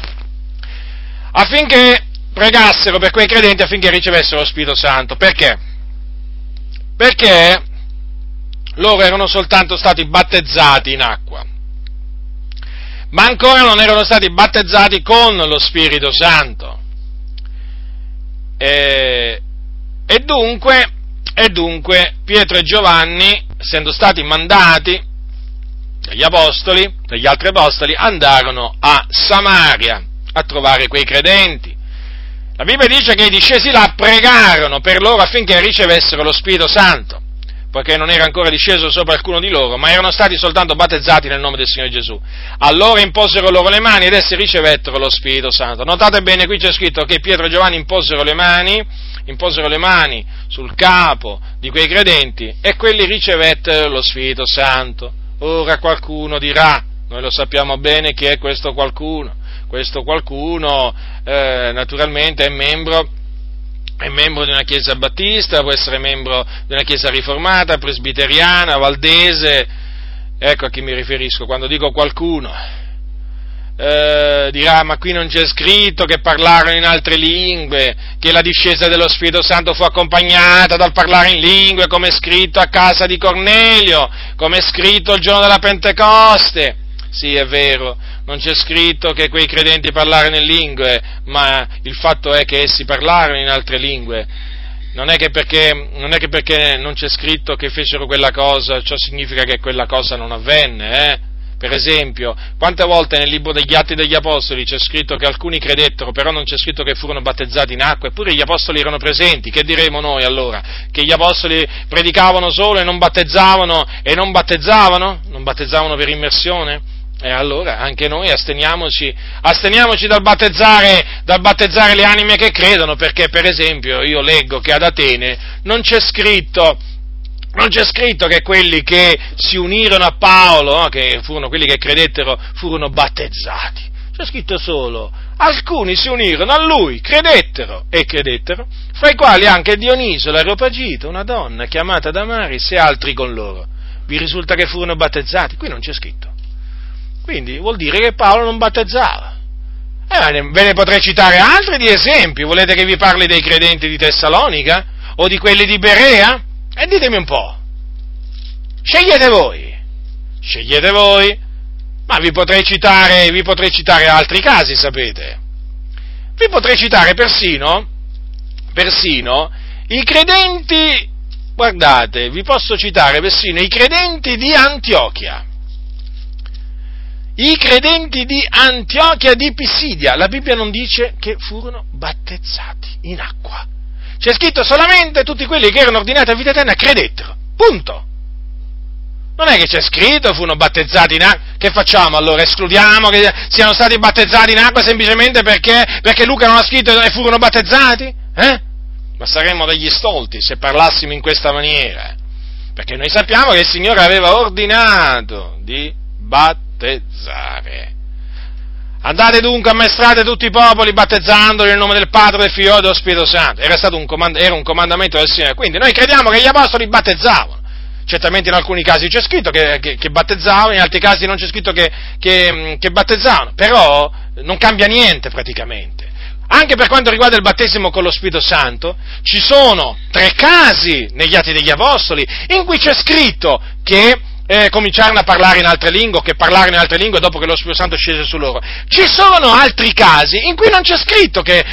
Affinché pregassero per quei credenti affinché ricevessero lo Spirito Santo. Perché? Perché loro erano soltanto stati battezzati in acqua, ma ancora non erano stati battezzati con lo Spirito Santo. E dunque Pietro e Giovanni, essendo stati mandati dagli altri apostoli, andarono a Samaria a trovare quei credenti. La Bibbia dice che i discesi là pregarono per loro affinché ricevessero lo Spirito Santo, poiché non era ancora disceso sopra alcuno di loro, ma erano stati soltanto battezzati nel nome del Signore Gesù. Allora imposero loro le mani ed essi ricevettero lo Spirito Santo. Notate bene, qui c'è scritto che Pietro e Giovanni imposero le mani sul capo di quei credenti e quelli ricevettero lo Spirito Santo. Ora qualcuno dirà, noi lo sappiamo bene chi è questo qualcuno. Questo qualcuno naturalmente è membro di una chiesa battista, può essere membro di una chiesa riformata, presbiteriana, valdese. Ecco a chi mi riferisco quando dico qualcuno. Dirà, ma qui non c'è scritto che parlarono in altre lingue, che la discesa dello Spirito Santo fu accompagnata dal parlare in lingue, come è scritto a casa di Cornelio, come è scritto il giorno della Pentecoste. Sì, è vero, non c'è scritto che quei credenti parlarono in lingue, ma il fatto è che essi parlarono in altre lingue. Non è che perché non c'è scritto che fecero quella cosa, ciò significa che quella cosa non avvenne, Per esempio, quante volte nel libro degli Atti degli Apostoli c'è scritto che alcuni credettero, però non c'è scritto che furono battezzati in acqua, eppure gli Apostoli erano presenti. Che diremo noi allora? Che gli Apostoli predicavano solo e non battezzavano? Non battezzavano per immersione? E allora anche noi asteniamoci dal battezzare le anime che credono, perché per esempio io leggo che ad Atene non c'è scritto che quelli che si unirono a Paolo, no, che furono quelli che credettero, furono battezzati. C'è scritto solo, alcuni si unirono a lui, credettero, fra i quali anche Dioniso, l'Areopagita, una donna chiamata Damaris e altri con loro. Vi risulta che furono battezzati? Qui non c'è scritto. Quindi vuol dire che Paolo non battezzava. Ve ne potrei citare altri di esempi. Volete che vi parli dei credenti di Tessalonica? O di quelli di Berea? E ditemi un po'. Scegliete voi. Ma vi potrei citare altri casi, sapete. Vi potrei citare persino i credenti, guardate, vi posso citare persino i credenti di Antiochia. I credenti di Antiochia di Pisidia, la Bibbia non dice che furono battezzati in acqua. C'è scritto solamente tutti quelli che erano ordinati a vita eterna credettero. Punto. Non è che c'è scritto furono battezzati in acqua. Che facciamo allora? Escludiamo che siano stati battezzati in acqua semplicemente perché Luca non ha scritto e furono battezzati? Ma saremmo degli stolti se parlassimo in questa maniera. Perché noi sappiamo che il Signore aveva ordinato di battezzare. Andate dunque, ammaestrate tutti i popoli, battezzandoli nel nome del Padre, del Figlio e dello Spirito Santo. Era un comandamento del Signore. Quindi noi crediamo che gli apostoli battezzavano. Certamente in alcuni casi c'è scritto che battezzavano, in altri casi non c'è scritto che battezzavano, però non cambia niente praticamente. Anche per quanto riguarda il battesimo con lo Spirito Santo, ci sono 3 casi negli Atti degli Apostoli in cui c'è scritto che cominciarono a parlare in altre lingue, che parlarono in altre lingue dopo che lo Spirito Santo scese su loro. Ci sono altri casi in cui non c'è scritto che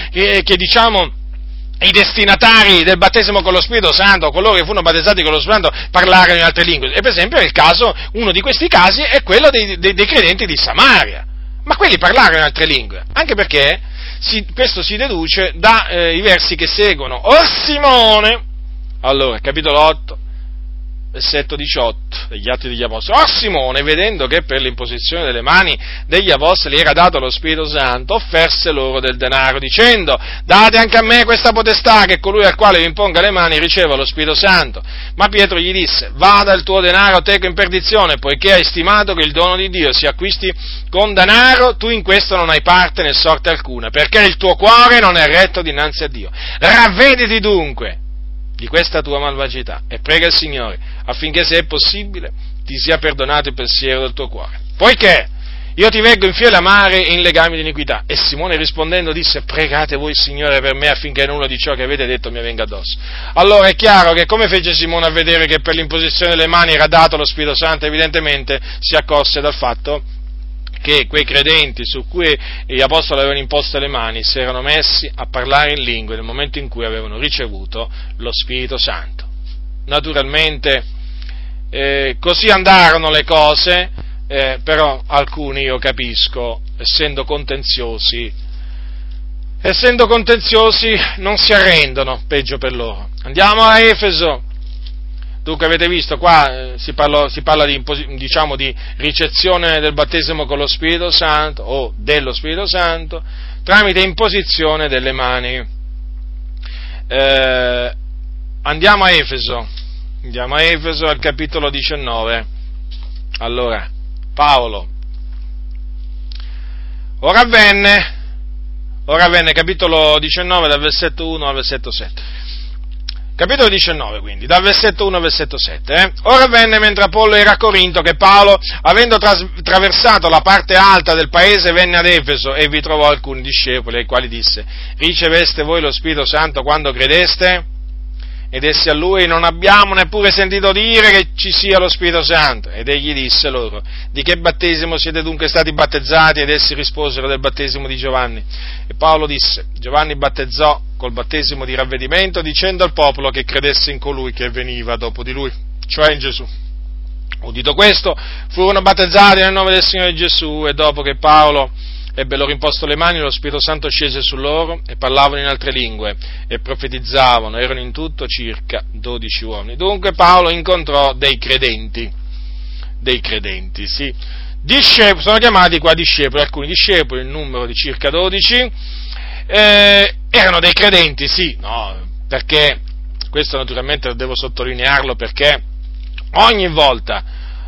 i destinatari del battesimo con lo Spirito Santo, coloro che furono battezzati con lo Spirito Santo, parlarono in altre lingue. E per esempio uno di questi casi è quello dei credenti di Samaria. Ma quelli parlarono in altre lingue, anche perché questo si deduce dai versi che seguono. Or Simone, allora, capitolo 8, versetto 18 degli Atti degli Apostoli. Or Simone, vedendo che per l'imposizione delle mani degli Apostoli era dato lo Spirito Santo, offerse loro del denaro, dicendo: date anche a me questa potestà, che colui al quale vi imponga le mani riceva lo Spirito Santo. Ma Pietro gli disse: vada il tuo denaro teco in perdizione, poiché hai stimato che il dono di Dio si acquisti con denaro, tu in questo non hai parte né sorte alcuna, perché il tuo cuore non è retto dinanzi a Dio. Ravvediti dunque di questa tua malvagità e prega il Signore affinché, se è possibile, ti sia perdonato il pensiero del tuo cuore. Poiché io ti veggo in fiele amare e in legami di iniquità. E Simone rispondendo disse: pregate voi il Signore per me affinché nulla di ciò che avete detto mi venga addosso. Allora è chiaro che come fece Simone a vedere che per l'imposizione delle mani era dato lo Spirito Santo, evidentemente si accorse dal fatto che quei credenti su cui gli apostoli avevano imposto le mani si erano messi a parlare in lingue nel momento in cui avevano ricevuto lo Spirito Santo. Naturalmente così andarono le cose, però alcuni, io capisco, essendo contenziosi non si arrendono, peggio per loro. Andiamo a Efeso. Dunque avete visto, qua si parla di ricezione del battesimo con lo Spirito Santo, o dello Spirito Santo, tramite imposizione delle mani. Andiamo a Efeso al capitolo 19. Allora, Paolo, ora avvenne, capitolo 19, dal versetto 1 al versetto 7. Capitolo 19, quindi, dal versetto 1 al versetto 7. Ora avvenne, mentre Apollo era a Corinto, che Paolo, avendo traversato la parte alta del paese, venne ad Efeso e vi trovò alcuni discepoli, ai quali disse: riceveste voi lo Spirito Santo quando credeste? Ed essi a lui: non abbiamo neppure sentito dire che ci sia lo Spirito Santo. Ed egli disse loro: di che battesimo siete dunque stati battezzati? Ed essi risposero: del battesimo di Giovanni. E Paolo disse: Giovanni battezzò col battesimo di ravvedimento, dicendo al popolo che credesse in colui che veniva dopo di lui, cioè in Gesù. Udito questo, furono battezzati nel nome del Signore Gesù, e dopo che Paolo ebbe loro imposto le mani, lo Spirito Santo scese su loro e parlavano in altre lingue e profetizzavano. Erano in tutto circa 12 uomini. Dunque Paolo incontrò dei credenti, sì. Discepoli, sono chiamati qua discepoli, alcuni discepoli, il numero di circa 12, erano dei credenti, sì, no, perché, questo naturalmente devo sottolinearlo, perché ogni volta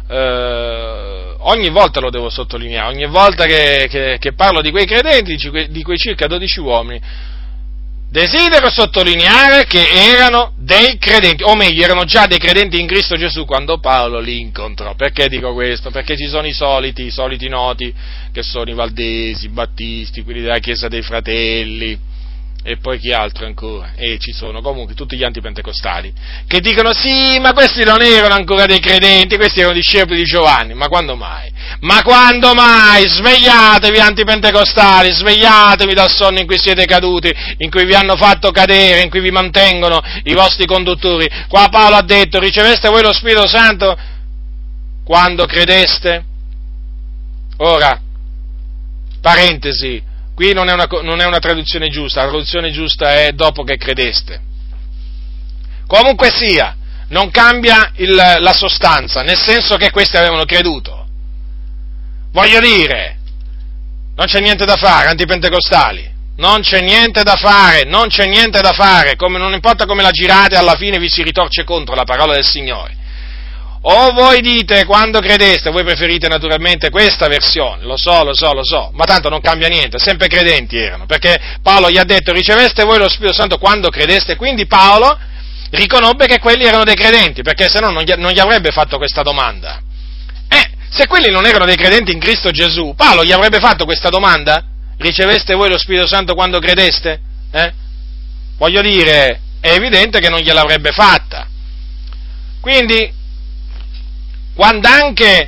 lo devo sottolineare, ogni volta che parlo di quei credenti, di quei circa 12 uomini, desidero sottolineare che erano dei credenti, o meglio, erano già dei credenti in Cristo Gesù quando Paolo li incontrò. Perché dico questo? Perché ci sono i soliti noti, che sono i Valdesi, i Battisti, quelli della Chiesa dei Fratelli, e poi chi altro ancora? E ci sono comunque tutti gli antipentecostali, che dicono: sì, ma questi non erano ancora dei credenti, questi erano discepoli di Giovanni. Ma quando mai? Ma quando mai? Svegliatevi, antipentecostali, svegliatevi dal sonno in cui siete caduti, in cui vi hanno fatto cadere, in cui vi mantengono i vostri conduttori. Qua Paolo ha detto: riceveste voi lo Spirito Santo quando credeste? Ora, parentesi, qui non è una traduzione giusta, la traduzione giusta è dopo che credeste. Comunque sia, non cambia la sostanza, nel senso che questi avevano creduto. Voglio dire, non c'è niente da fare, antipentecostali, non c'è niente da fare, come, non importa come la girate, alla fine vi si ritorce contro la parola del Signore. O voi dite quando credeste, voi preferite naturalmente questa versione, lo so, ma tanto non cambia niente, sempre credenti erano, perché Paolo gli ha detto: riceveste voi lo Spirito Santo quando credeste, quindi Paolo riconobbe che quelli erano dei credenti, perché se no non gli avrebbe fatto questa domanda. Se quelli non erano dei credenti in Cristo Gesù, Paolo gli avrebbe fatto questa domanda? Riceveste voi lo Spirito Santo quando credeste? Voglio dire, è evidente che non gliel'avrebbe fatta. Quindi, quando anche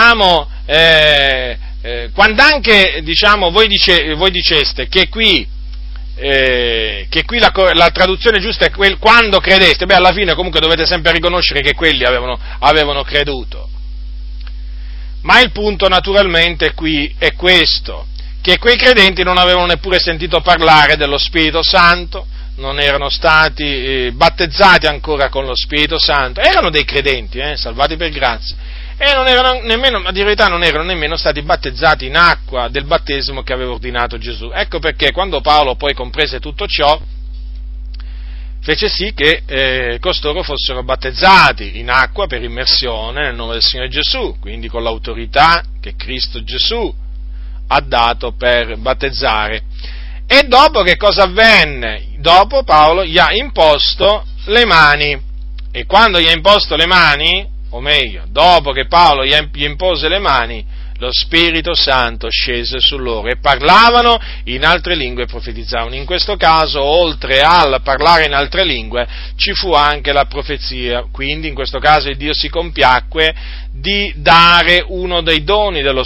voi diceste che qui la traduzione giusta è quando credeste, alla fine comunque dovete sempre riconoscere che quelli avevano creduto. Ma il punto naturalmente qui è questo, che quei credenti non avevano neppure sentito parlare dello Spirito Santo, non erano stati battezzati ancora con lo Spirito Santo, erano dei credenti, salvati per grazia, e non erano nemmeno, a dire la verità, non erano nemmeno stati battezzati in acqua del battesimo che aveva ordinato Gesù. Ecco perché quando Paolo poi comprese tutto ciò, fece sì che costoro fossero battezzati in acqua per immersione nel nome del Signore Gesù, quindi con l'autorità che Cristo Gesù ha dato per battezzare. E dopo che cosa avvenne? Dopo Paolo gli ha imposto le mani, e quando gli ha imposto le mani, o meglio, dopo che Paolo gli impose le mani, lo Spirito Santo scese su loro e parlavano in altre lingue e profetizzavano. In questo caso, oltre al parlare in altre lingue, ci fu anche la profezia. Quindi, in questo caso, il Dio si compiacque di dare uno dei doni dello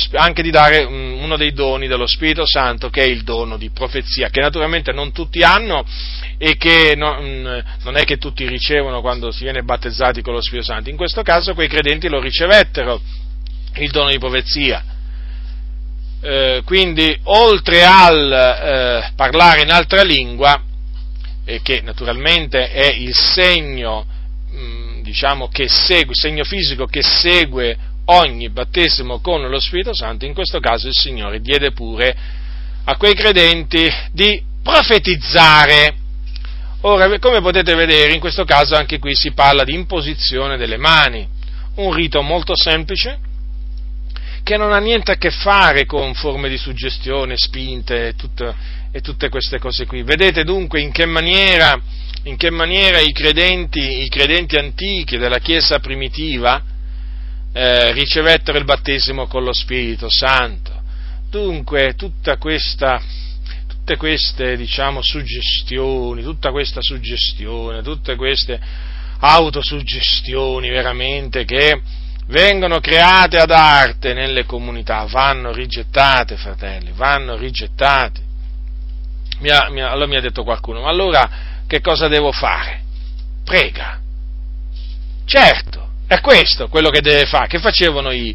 Spirito Santo, che è il dono di profezia, che naturalmente non tutti hanno e che non è che tutti ricevono quando si viene battezzati con lo Spirito Santo. In questo caso, quei credenti lo ricevettero, il dono di profezia. Quindi, oltre al parlare in altra lingua, che naturalmente è il segno, diciamo, che segue, il segno fisico che segue ogni battesimo con lo Spirito Santo, in questo caso il Signore diede pure a quei credenti di profetizzare. Ora, come potete vedere, in questo caso anche qui si parla di imposizione delle mani, un rito molto semplice, che non ha niente a che fare con forme di suggestione, spinte e tutte queste cose qui. Vedete dunque in che maniera i credenti antichi della Chiesa primitiva ricevettero il battesimo con lo Spirito Santo. Dunque tutte queste, diciamo, suggestioni, tutte queste autosuggestioni veramente che vengono create ad arte nelle comunità, vanno rigettate, fratelli, vanno rigettate. Allora mi ha detto qualcuno, ma allora che cosa devo fare? Prega. Certo, è questo quello che deve fare. Che facevano i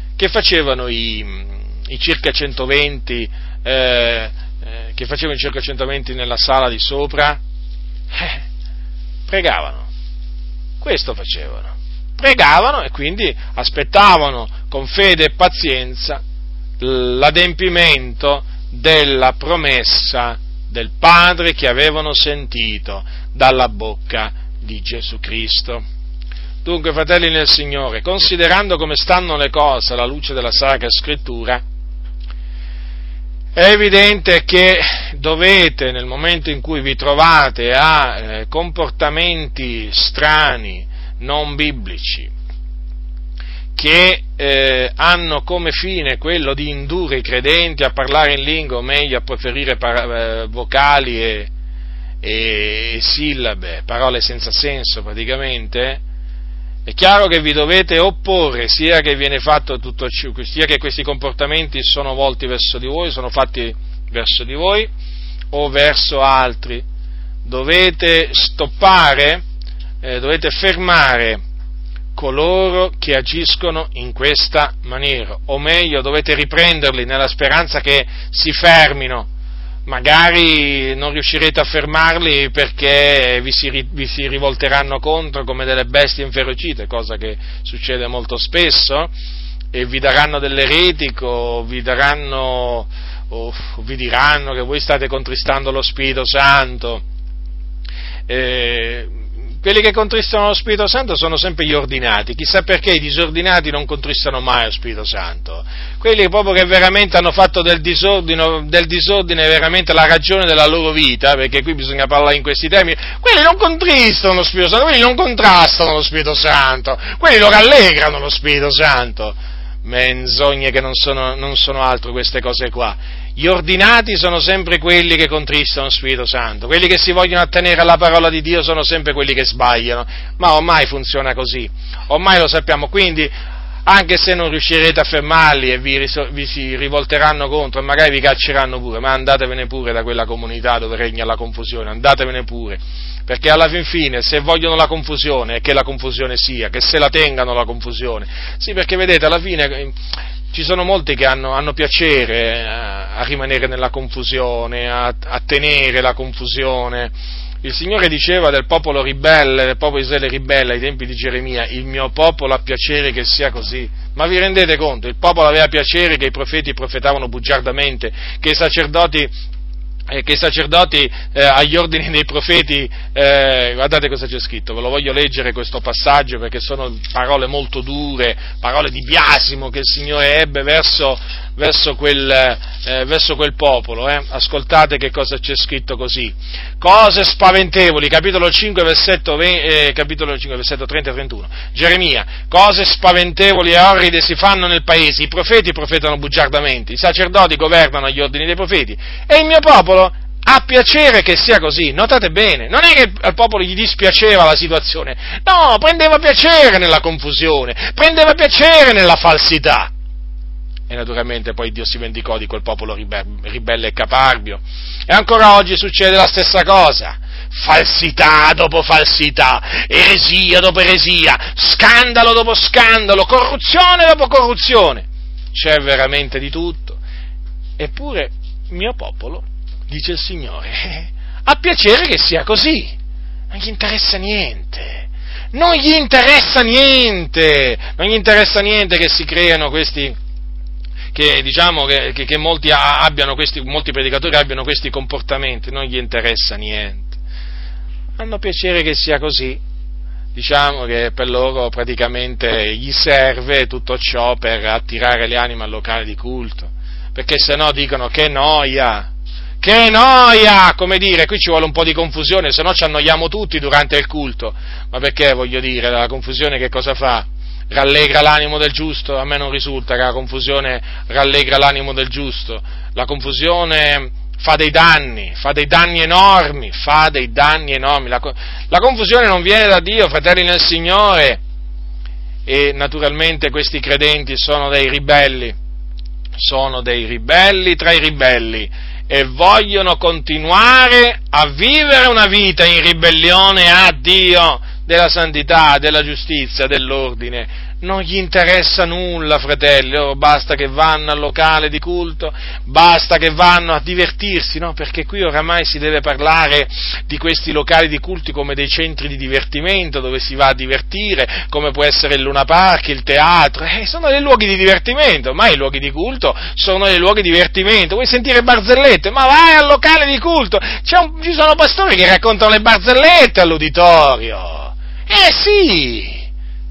circa 120, che facevano i circa 120 nella sala di sopra? Pregavano. Questo facevano. Pregavano e quindi aspettavano con fede e pazienza l'adempimento della promessa del Padre che avevano sentito dalla bocca di Gesù Cristo. Dunque, fratelli nel Signore, considerando come stanno le cose alla luce della Sacra Scrittura, è evidente che dovete, nel momento in cui vi trovate a comportamenti strani, non biblici, che hanno come fine quello di indurre i credenti a parlare in lingua, o meglio a proferire vocali e sillabe, parole senza senso praticamente, è chiaro che vi dovete opporre, sia che viene fatto tutto ciò, sia che questi comportamenti sono volti verso di voi, sono fatti verso di voi o verso altri. Dovete stoppare, dovete fermare coloro che agiscono in questa maniera, o meglio dovete riprenderli nella speranza che si fermino. Magari non riuscirete a fermarli perché vi si rivolteranno contro come delle bestie inferocite, cosa che succede molto spesso, e vi daranno dell'eretico, vi diranno che voi state contristando lo Spirito Santo. Quelli che contristano lo Spirito Santo sono sempre gli ordinati, chissà perché i disordinati non contristano mai lo Spirito Santo, quelli proprio che veramente hanno fatto del disordine veramente la ragione della loro vita, perché qui bisogna parlare in questi termini, quelli non contristano lo Spirito Santo, quelli non contrastano lo Spirito Santo, quelli lo rallegrano lo Spirito Santo. Menzogne che non sono altro queste cose qua. Gli ordinati sono sempre quelli che contristano lo Spirito Santo, quelli che si vogliono attenere alla parola di Dio sono sempre quelli che sbagliano, ma ormai funziona così, ormai lo sappiamo, quindi anche se non riuscirete a fermarli e vi si rivolteranno contro e magari vi cacceranno pure, ma andatevene pure da quella comunità dove regna la confusione, andatevene pure, perché alla fin fine se vogliono la confusione, è che la confusione sia, che se la tengano la confusione, sì, perché vedete alla fine ci sono molti che hanno piacere a rimanere nella confusione, a tenere la confusione, Il Signore diceva del popolo ribelle, del popolo di Israele ribelle ai tempi di Geremia: il mio popolo ha piacere che sia così. Ma vi rendete conto? Il popolo aveva piacere che i profeti profetavano bugiardamente, che i sacerdoti agli ordini dei profeti, guardate cosa c'è scritto, ve lo voglio leggere questo passaggio perché sono parole molto dure, parole di biasimo che il Signore ebbe verso quel popolo. Ascoltate che cosa c'è scritto così: cose spaventevoli, capitolo 5, versetto 30 e 31, Geremia: cose spaventevoli e orride si fanno nel paese, i profeti profetano bugiardamente, i sacerdoti governano agli ordini dei profeti, e il mio popolo ha piacere che sia così. Notate bene, non è che al popolo gli dispiaceva la situazione, no, prendeva piacere nella confusione, prendeva piacere nella falsità. E naturalmente poi Dio si vendicò di quel popolo ribelle e caparbio. E ancora oggi succede la stessa cosa: falsità dopo falsità, eresia dopo eresia, scandalo dopo scandalo, corruzione dopo corruzione. C'è veramente di tutto. Eppure il mio popolo, dice il Signore, ha piacere che sia così. Non gli interessa niente. Non gli interessa niente che si creano questi, che diciamo che molti predicatori abbiano questi comportamenti, non gli interessa niente. Hanno piacere che sia così. Diciamo che per loro praticamente gli serve tutto ciò per attirare le anime al locale di culto, perché se no dicono che noia, come dire, qui ci vuole un po' di confusione, se no ci annoiamo tutti durante il culto. Ma perché, voglio dire, la confusione che cosa fa? Rallegra l'animo del giusto? A me non risulta che la confusione rallegra l'animo del giusto. La confusione fa dei danni enormi. La confusione non viene da Dio, fratelli nel Signore, e naturalmente questi credenti sono dei ribelli tra i ribelli, e vogliono continuare a vivere una vita in ribellione a Dio, della santità, della giustizia, dell'ordine. Non gli interessa nulla, fratelli, loro basta che vanno al locale di culto, basta che vanno a divertirsi, no? Perché qui oramai si deve parlare di questi locali di culti come dei centri di divertimento, dove si va a divertire, come può essere il Luna Park, il teatro, sono dei luoghi di divertimento, ma i luoghi di culto sono dei luoghi di divertimento. Vuoi sentire barzellette? Ma vai al locale di culto, ci sono pastori che raccontano le barzellette all'uditorio. Sì!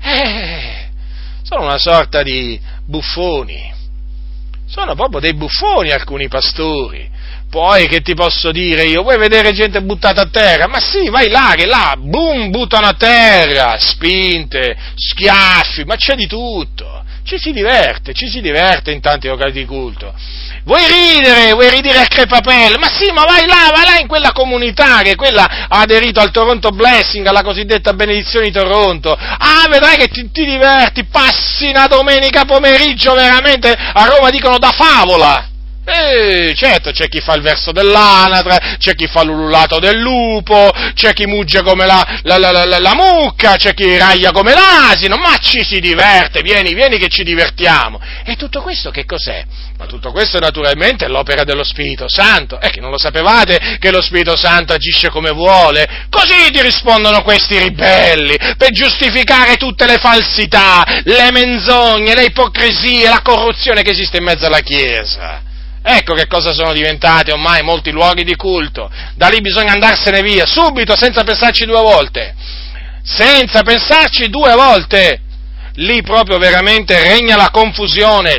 Sono una sorta di buffoni. Sono proprio dei buffoni alcuni pastori. Poi che ti posso dire io? Vuoi vedere gente buttata a terra? Ma sì, vai là, che là, boom, buttano a terra, spinte, schiaffi, ma c'è di tutto. Ci si diverte in tanti locali di culto. Vuoi ridere a crepapelle? Ma sì, ma vai là in quella comunità, che quella ha aderito al Toronto Blessing, alla cosiddetta benedizione di Toronto. Vedrai che ti diverti, passi una domenica pomeriggio veramente, a Roma dicono da favola. Certo, c'è chi fa il verso dell'anatra, c'è chi fa l'ululato del lupo, c'è chi mugge come la mucca, c'è chi raglia come l'asino, ma ci si diverte, vieni che ci divertiamo. E tutto questo che cos'è? Ma tutto questo naturalmente è l'opera dello Spirito Santo. Che non lo sapevate che lo Spirito Santo agisce come vuole? Così ti rispondono questi ribelli, per giustificare tutte le falsità, le menzogne, le ipocrisie, la corruzione che esiste in mezzo alla Chiesa. Ecco che cosa sono diventati ormai molti luoghi di culto. Da lì bisogna andarsene via, subito, senza pensarci due volte. Lì proprio veramente regna la confusione.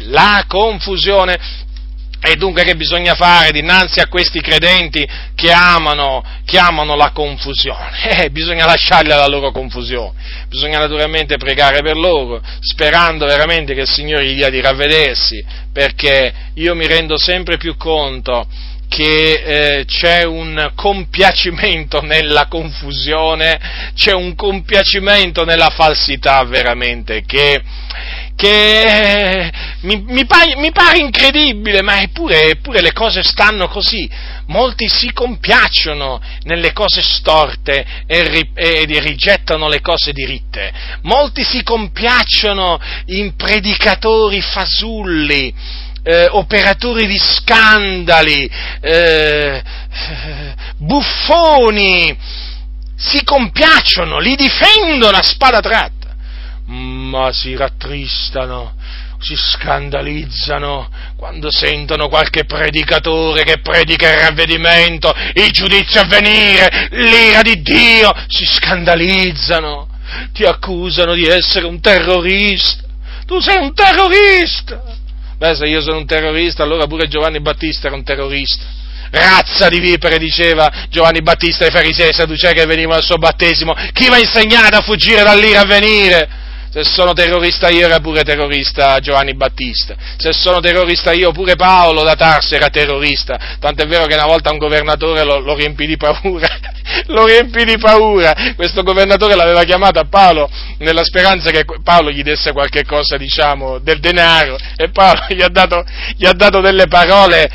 E dunque che bisogna fare dinanzi a questi credenti che amano la confusione? Bisogna lasciarli alla loro confusione, bisogna naturalmente pregare per loro, sperando veramente che il Signore gli dia di ravvedersi, perché io mi rendo sempre più conto che c'è un compiacimento nella confusione, c'è un compiacimento nella falsità veramente che mi pare incredibile, ma eppure le cose stanno così. Molti si compiacciono nelle cose storte e rigettano le cose diritte. Molti si compiacciono in predicatori fasulli, operatori di scandali, buffoni, si compiacciono, li difendono a spada tratta, ma si rattristano, si scandalizzano quando sentono qualche predicatore che predica il ravvedimento, il giudizio a venire, l'ira di Dio, si scandalizzano, ti accusano di essere un terrorista, tu sei un terrorista. Beh, se io sono un terrorista, allora pure Giovanni Battista era un terrorista. Razza di vipere, diceva Giovanni Battista ai farisei e sadducei che venivano al suo battesimo, chi va insegnato a fuggire dall'ira a venire? Se sono terrorista io, era pure terrorista Giovanni Battista. Se sono terrorista io, pure Paolo da Tarso era terrorista. Tant'è vero che una volta un governatore lo riempì di paura. Lo riempì di paura. Questo governatore l'aveva chiamato a Paolo nella speranza che Paolo gli desse qualche cosa, diciamo, del denaro. E Paolo gli ha dato delle parole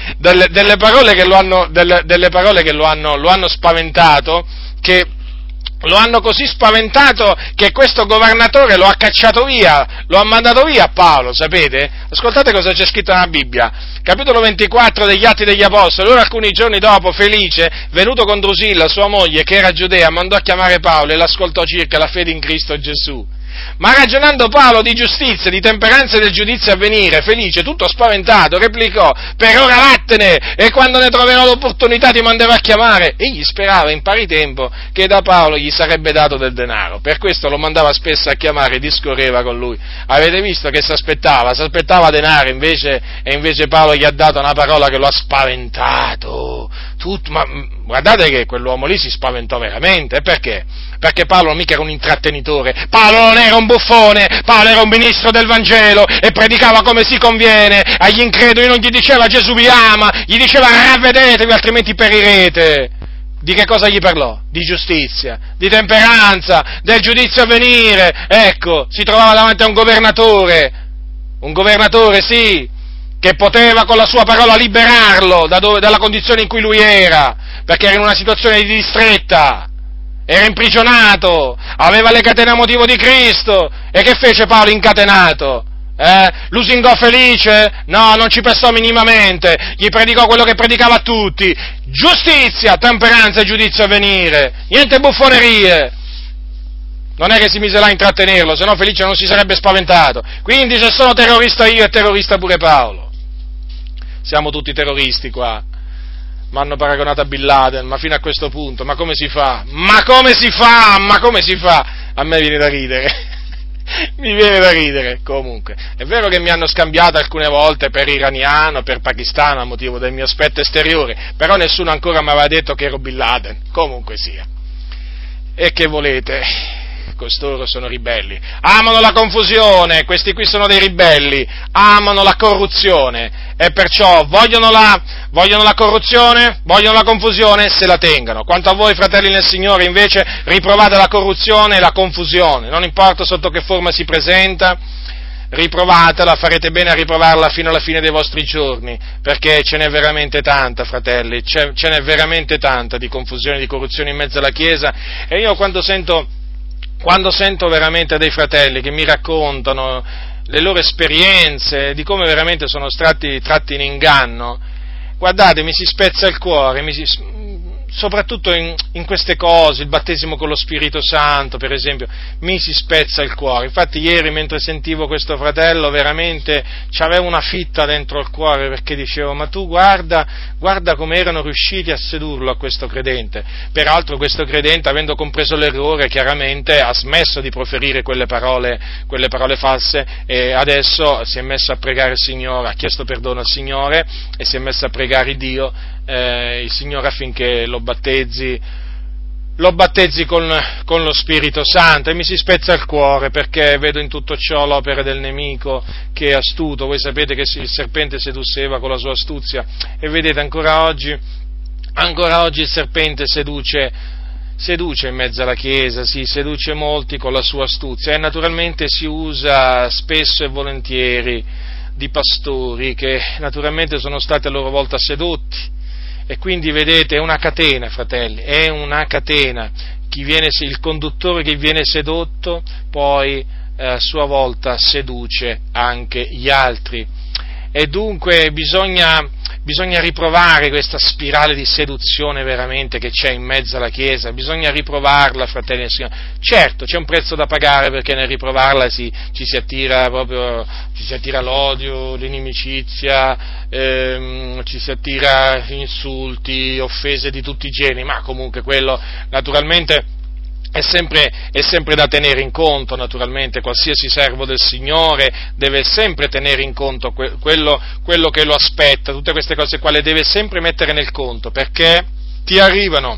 che lo hanno spaventato, che lo hanno così spaventato che questo governatore lo ha cacciato via, lo ha mandato via a Paolo, sapete? Ascoltate cosa c'è scritto nella Bibbia, capitolo 24 degli Atti degli Apostoli. Ora alcuni giorni dopo, Felice, venuto con Drusilla, sua moglie, che era giudea, mandò a chiamare Paolo e l'ascoltò circa la fede in Cristo Gesù. Ma ragionando Paolo di giustizia, di temperanza e del giudizio a venire, Felice, tutto spaventato, replicò: per ora vattene, e quando ne troverò l'opportunità ti manderò a chiamare. Egli sperava in pari tempo che da Paolo gli sarebbe dato del denaro, per questo lo mandava spesso a chiamare e discorreva con lui. Avete visto che si aspettava denaro, invece Paolo gli ha dato una parola che lo ha spaventato. Ma guardate che quell'uomo lì si spaventò veramente, e perché? Perché Paolo mica era un intrattenitore, Paolo non era un buffone, Paolo era un ministro del Vangelo e predicava come si conviene, agli increduli non gli diceva Gesù vi ama, gli diceva ravvedetevi altrimenti perirete. Di che cosa gli parlò? Di giustizia, di temperanza, del giudizio a venire. Ecco, si trovava davanti a un governatore sì, che poteva con la sua parola liberarlo dalla condizione in cui lui era, perché era in una situazione di distretta, era imprigionato, aveva le catene a motivo di Cristo, e che fece Paolo incatenato? Lusingò Felice? No, non ci pensò minimamente, gli predicò quello che predicava a tutti: giustizia, temperanza e giudizio a venire, niente buffonerie. Non è che si mise là a intrattenerlo, se no Felice non si sarebbe spaventato. Quindi se sono terrorista io, è terrorista pure Paolo. Siamo tutti terroristi qua. Mi hanno paragonato a Bin Laden, ma fino a questo punto, ma come si fa? Ma come si fa? A me viene da ridere. Mi viene da ridere, comunque. È vero che mi hanno scambiato alcune volte per iraniano, per pakistano, a motivo del mio aspetto esteriore, però nessuno ancora mi aveva detto che ero Bin Laden. Comunque sia. E che volete? Costoro sono ribelli, amano la confusione, questi qui sono dei ribelli, amano la corruzione e perciò vogliono la corruzione, vogliono la confusione, se la tengano. Quanto a voi, fratelli nel Signore, invece, riprovate la corruzione e la confusione, non importa sotto che forma si presenta, riprovatela, farete bene a riprovarla fino alla fine dei vostri giorni, perché ce n'è veramente tanta, fratelli, ce n'è veramente tanta di confusione, di corruzione in mezzo alla Chiesa, e io quando sento veramente dei fratelli che mi raccontano le loro esperienze, di come veramente sono stati tratti in inganno, guardate, mi si spezza il cuore, soprattutto in queste cose, il battesimo con lo Spirito Santo, per esempio, mi si spezza il cuore. Infatti ieri, mentre sentivo questo fratello, veramente c'avevo una fitta dentro il cuore, perché dicevo: ma tu guarda come erano riusciti a sedurlo a questo credente. Peraltro questo credente, avendo compreso l'errore, chiaramente ha smesso di proferire quelle parole false, e adesso si è messo a pregare il Signore, ha chiesto perdono al Signore e si è messo a pregare Dio, il Signore, affinché lo battezzi con lo Spirito Santo, e mi si spezza il cuore, perché vedo in tutto ciò l'opera del nemico, che è astuto. Voi sapete che il serpente sedusse Eva con la sua astuzia, e vedete ancora oggi il serpente seduce in mezzo alla Chiesa, seduce molti con la sua astuzia, e naturalmente si usa spesso e volentieri di pastori che naturalmente sono stati a loro volta sedotti. E quindi vedete, è una catena, fratelli, è una catena. Il conduttore che viene sedotto poi a sua volta seduce anche gli altri. e dunque bisogna riprovare questa spirale di seduzione veramente che c'è in mezzo alla Chiesa, bisogna riprovarla, fratelli del Signore. Certo, c'è un prezzo da pagare, perché nel riprovarla ci si attira l'odio, l'inimicizia, ci si attira insulti, offese di tutti i generi, ma comunque quello naturalmente è sempre da tenere in conto, naturalmente. Qualsiasi servo del Signore deve sempre tenere in conto quello che lo aspetta, tutte queste cose qua le deve sempre mettere nel conto, perché ti arrivano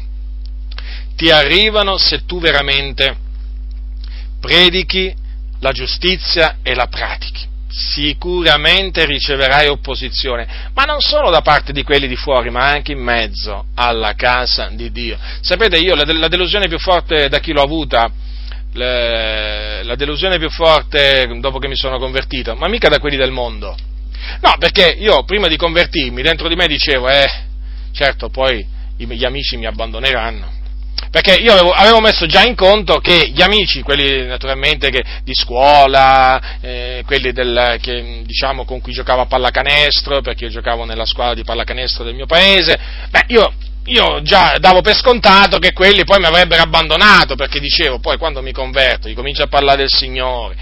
se tu veramente predichi la giustizia e la pratichi. Sicuramente riceverai opposizione, ma non solo da parte di quelli di fuori, ma anche in mezzo alla casa di Dio. Sapete, io la delusione più forte da chi l'ho avuta, la delusione più forte dopo che mi sono convertito, ma mica da quelli del mondo. No, perché io prima di convertirmi dentro di me dicevo, certo, poi gli amici mi abbandoneranno. Perché io avevo messo già in conto che gli amici, quelli naturalmente di scuola, quelli con cui giocavo a pallacanestro, perché io giocavo nella squadra di pallacanestro del mio paese, io già davo per scontato che quelli poi mi avrebbero abbandonato, perché dicevo, poi quando mi converto, gli comincio a parlare del Signore,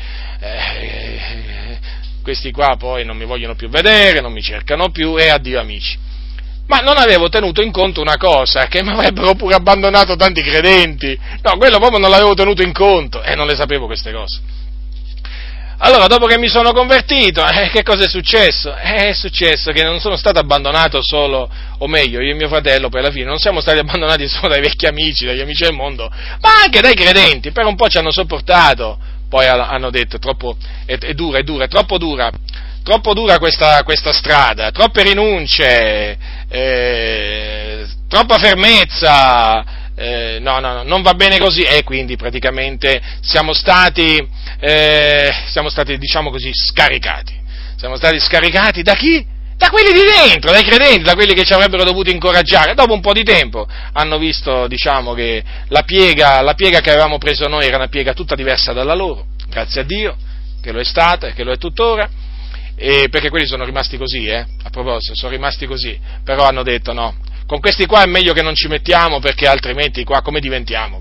questi qua poi non mi vogliono più vedere, non mi cercano più, e addio amici. Ma non avevo tenuto in conto una cosa, che mi avrebbero pure abbandonato tanti credenti. No, quello proprio non l'avevo tenuto in conto, e non le sapevo queste cose. Allora, dopo che mi sono convertito, che cosa è successo? È successo che non sono stato abbandonato solo, o meglio, io e mio fratello poi alla fine non siamo stati abbandonati solo dai vecchi amici, dagli amici del mondo, ma anche dai credenti. Per un po' ci hanno sopportato, poi hanno detto, è troppo dura questa strada, troppe rinunce, troppa fermezza, no, non va bene così, e quindi praticamente siamo stati, diciamo così, scaricati. Siamo stati scaricati da chi? Da quelli di dentro, dai credenti, da quelli che ci avrebbero dovuto incoraggiare. Dopo un po' di tempo hanno visto, diciamo, che la piega che avevamo preso noi era una piega tutta diversa dalla loro, grazie a Dio, che lo è stata e che lo è tuttora. Perché quelli sono rimasti così, a proposito, sono rimasti così, però hanno detto no, con questi qua è meglio che non ci mettiamo, perché altrimenti qua come diventiamo?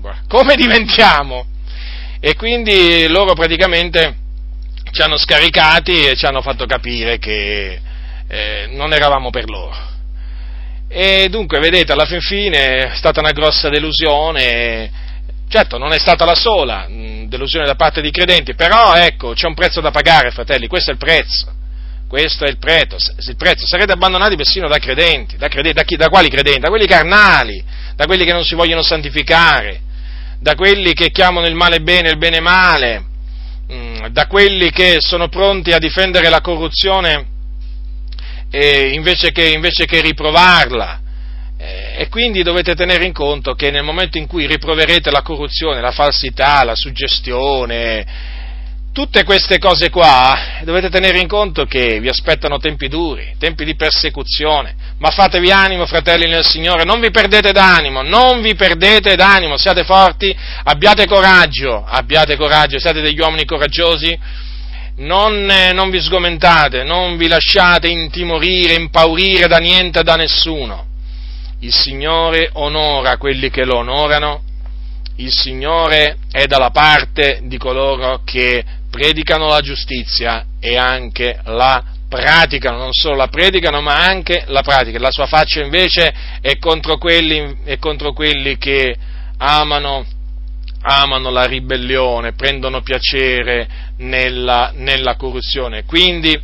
E quindi loro praticamente ci hanno scaricati e ci hanno fatto capire che non eravamo per loro. E dunque, vedete, alla fin fine è stata una grossa delusione. Certo, non è stata la sola delusione da parte dei credenti, però ecco, c'è un prezzo da pagare, fratelli, questo è il prezzo. Questo è il prezzo. Sarete abbandonati persino da credenti. Da quali credenti? Da quelli carnali, da quelli che non si vogliono santificare, da quelli che chiamano il male bene e il bene male, da quelli che sono pronti a difendere la corruzione invece che riprovarla. E quindi dovete tenere in conto che nel momento in cui riproverete la corruzione, la falsità, la suggestione, tutte queste cose qua, dovete tenere in conto che vi aspettano tempi duri, tempi di persecuzione, ma fatevi animo, fratelli nel Signore, non vi perdete d'animo, siate forti, abbiate coraggio, siate degli uomini coraggiosi, non vi sgomentate, non vi lasciate intimorire, impaurire da niente e da nessuno. Il Signore onora quelli che lo onorano, il Signore è dalla parte di coloro che predicano la giustizia e anche la praticano, non solo la predicano ma anche la praticano. La sua faccia invece è contro quelli che amano la ribellione, prendono piacere nella corruzione. Quindi,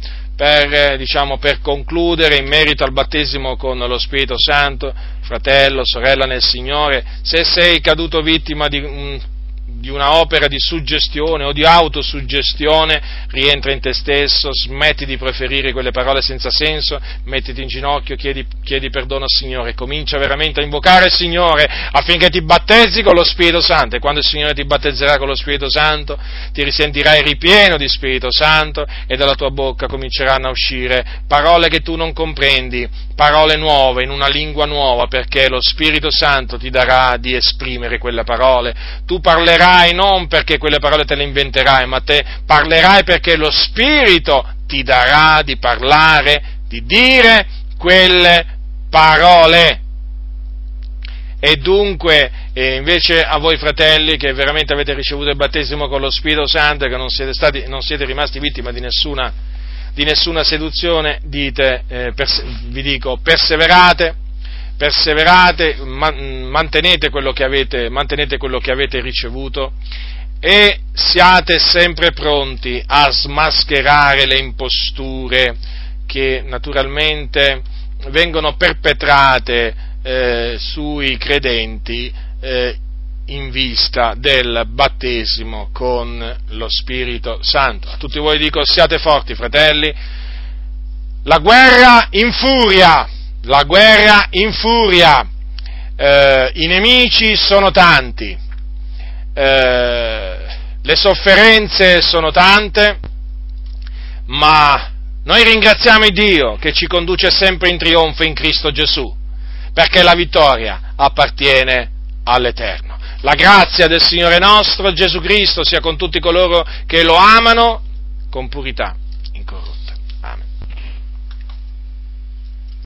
per concludere, in merito al battesimo con lo Spirito Santo, fratello, sorella nel Signore, se sei caduto vittima di una opera di suggestione o di autosuggestione, rientra in te stesso, smetti di preferire quelle parole senza senso, mettiti in ginocchio, chiedi perdono al Signore, comincia veramente a invocare il Signore affinché ti battezzi con lo Spirito Santo, e quando il Signore ti battezzerà con lo Spirito Santo ti risentirai ripieno di Spirito Santo e dalla tua bocca cominceranno a uscire parole che tu non comprendi, parole nuove in una lingua nuova, perché lo Spirito Santo ti darà di esprimere quelle parole. Tu parlerai non perché quelle parole te le inventerai, ma te parlerai perché lo Spirito ti darà di parlare, di dire quelle parole. E dunque, invece a voi fratelli che veramente avete ricevuto il battesimo con lo Spirito Santo e che non siete rimasti vittima di nessuna seduzione, dite, vi dico, perseverate, mantenete quello che avete ricevuto e siate sempre pronti a smascherare le imposture che naturalmente vengono perpetrate sui credenti in vista del battesimo con lo Spirito Santo. A tutti voi dico: siate forti, fratelli, la guerra infuria, i nemici sono tanti, le sofferenze sono tante, ma noi ringraziamo il Dio che ci conduce sempre in trionfo in Cristo Gesù, perché la vittoria appartiene all'Eterno. La grazia del Signore nostro Gesù Cristo sia con tutti coloro che lo amano con purità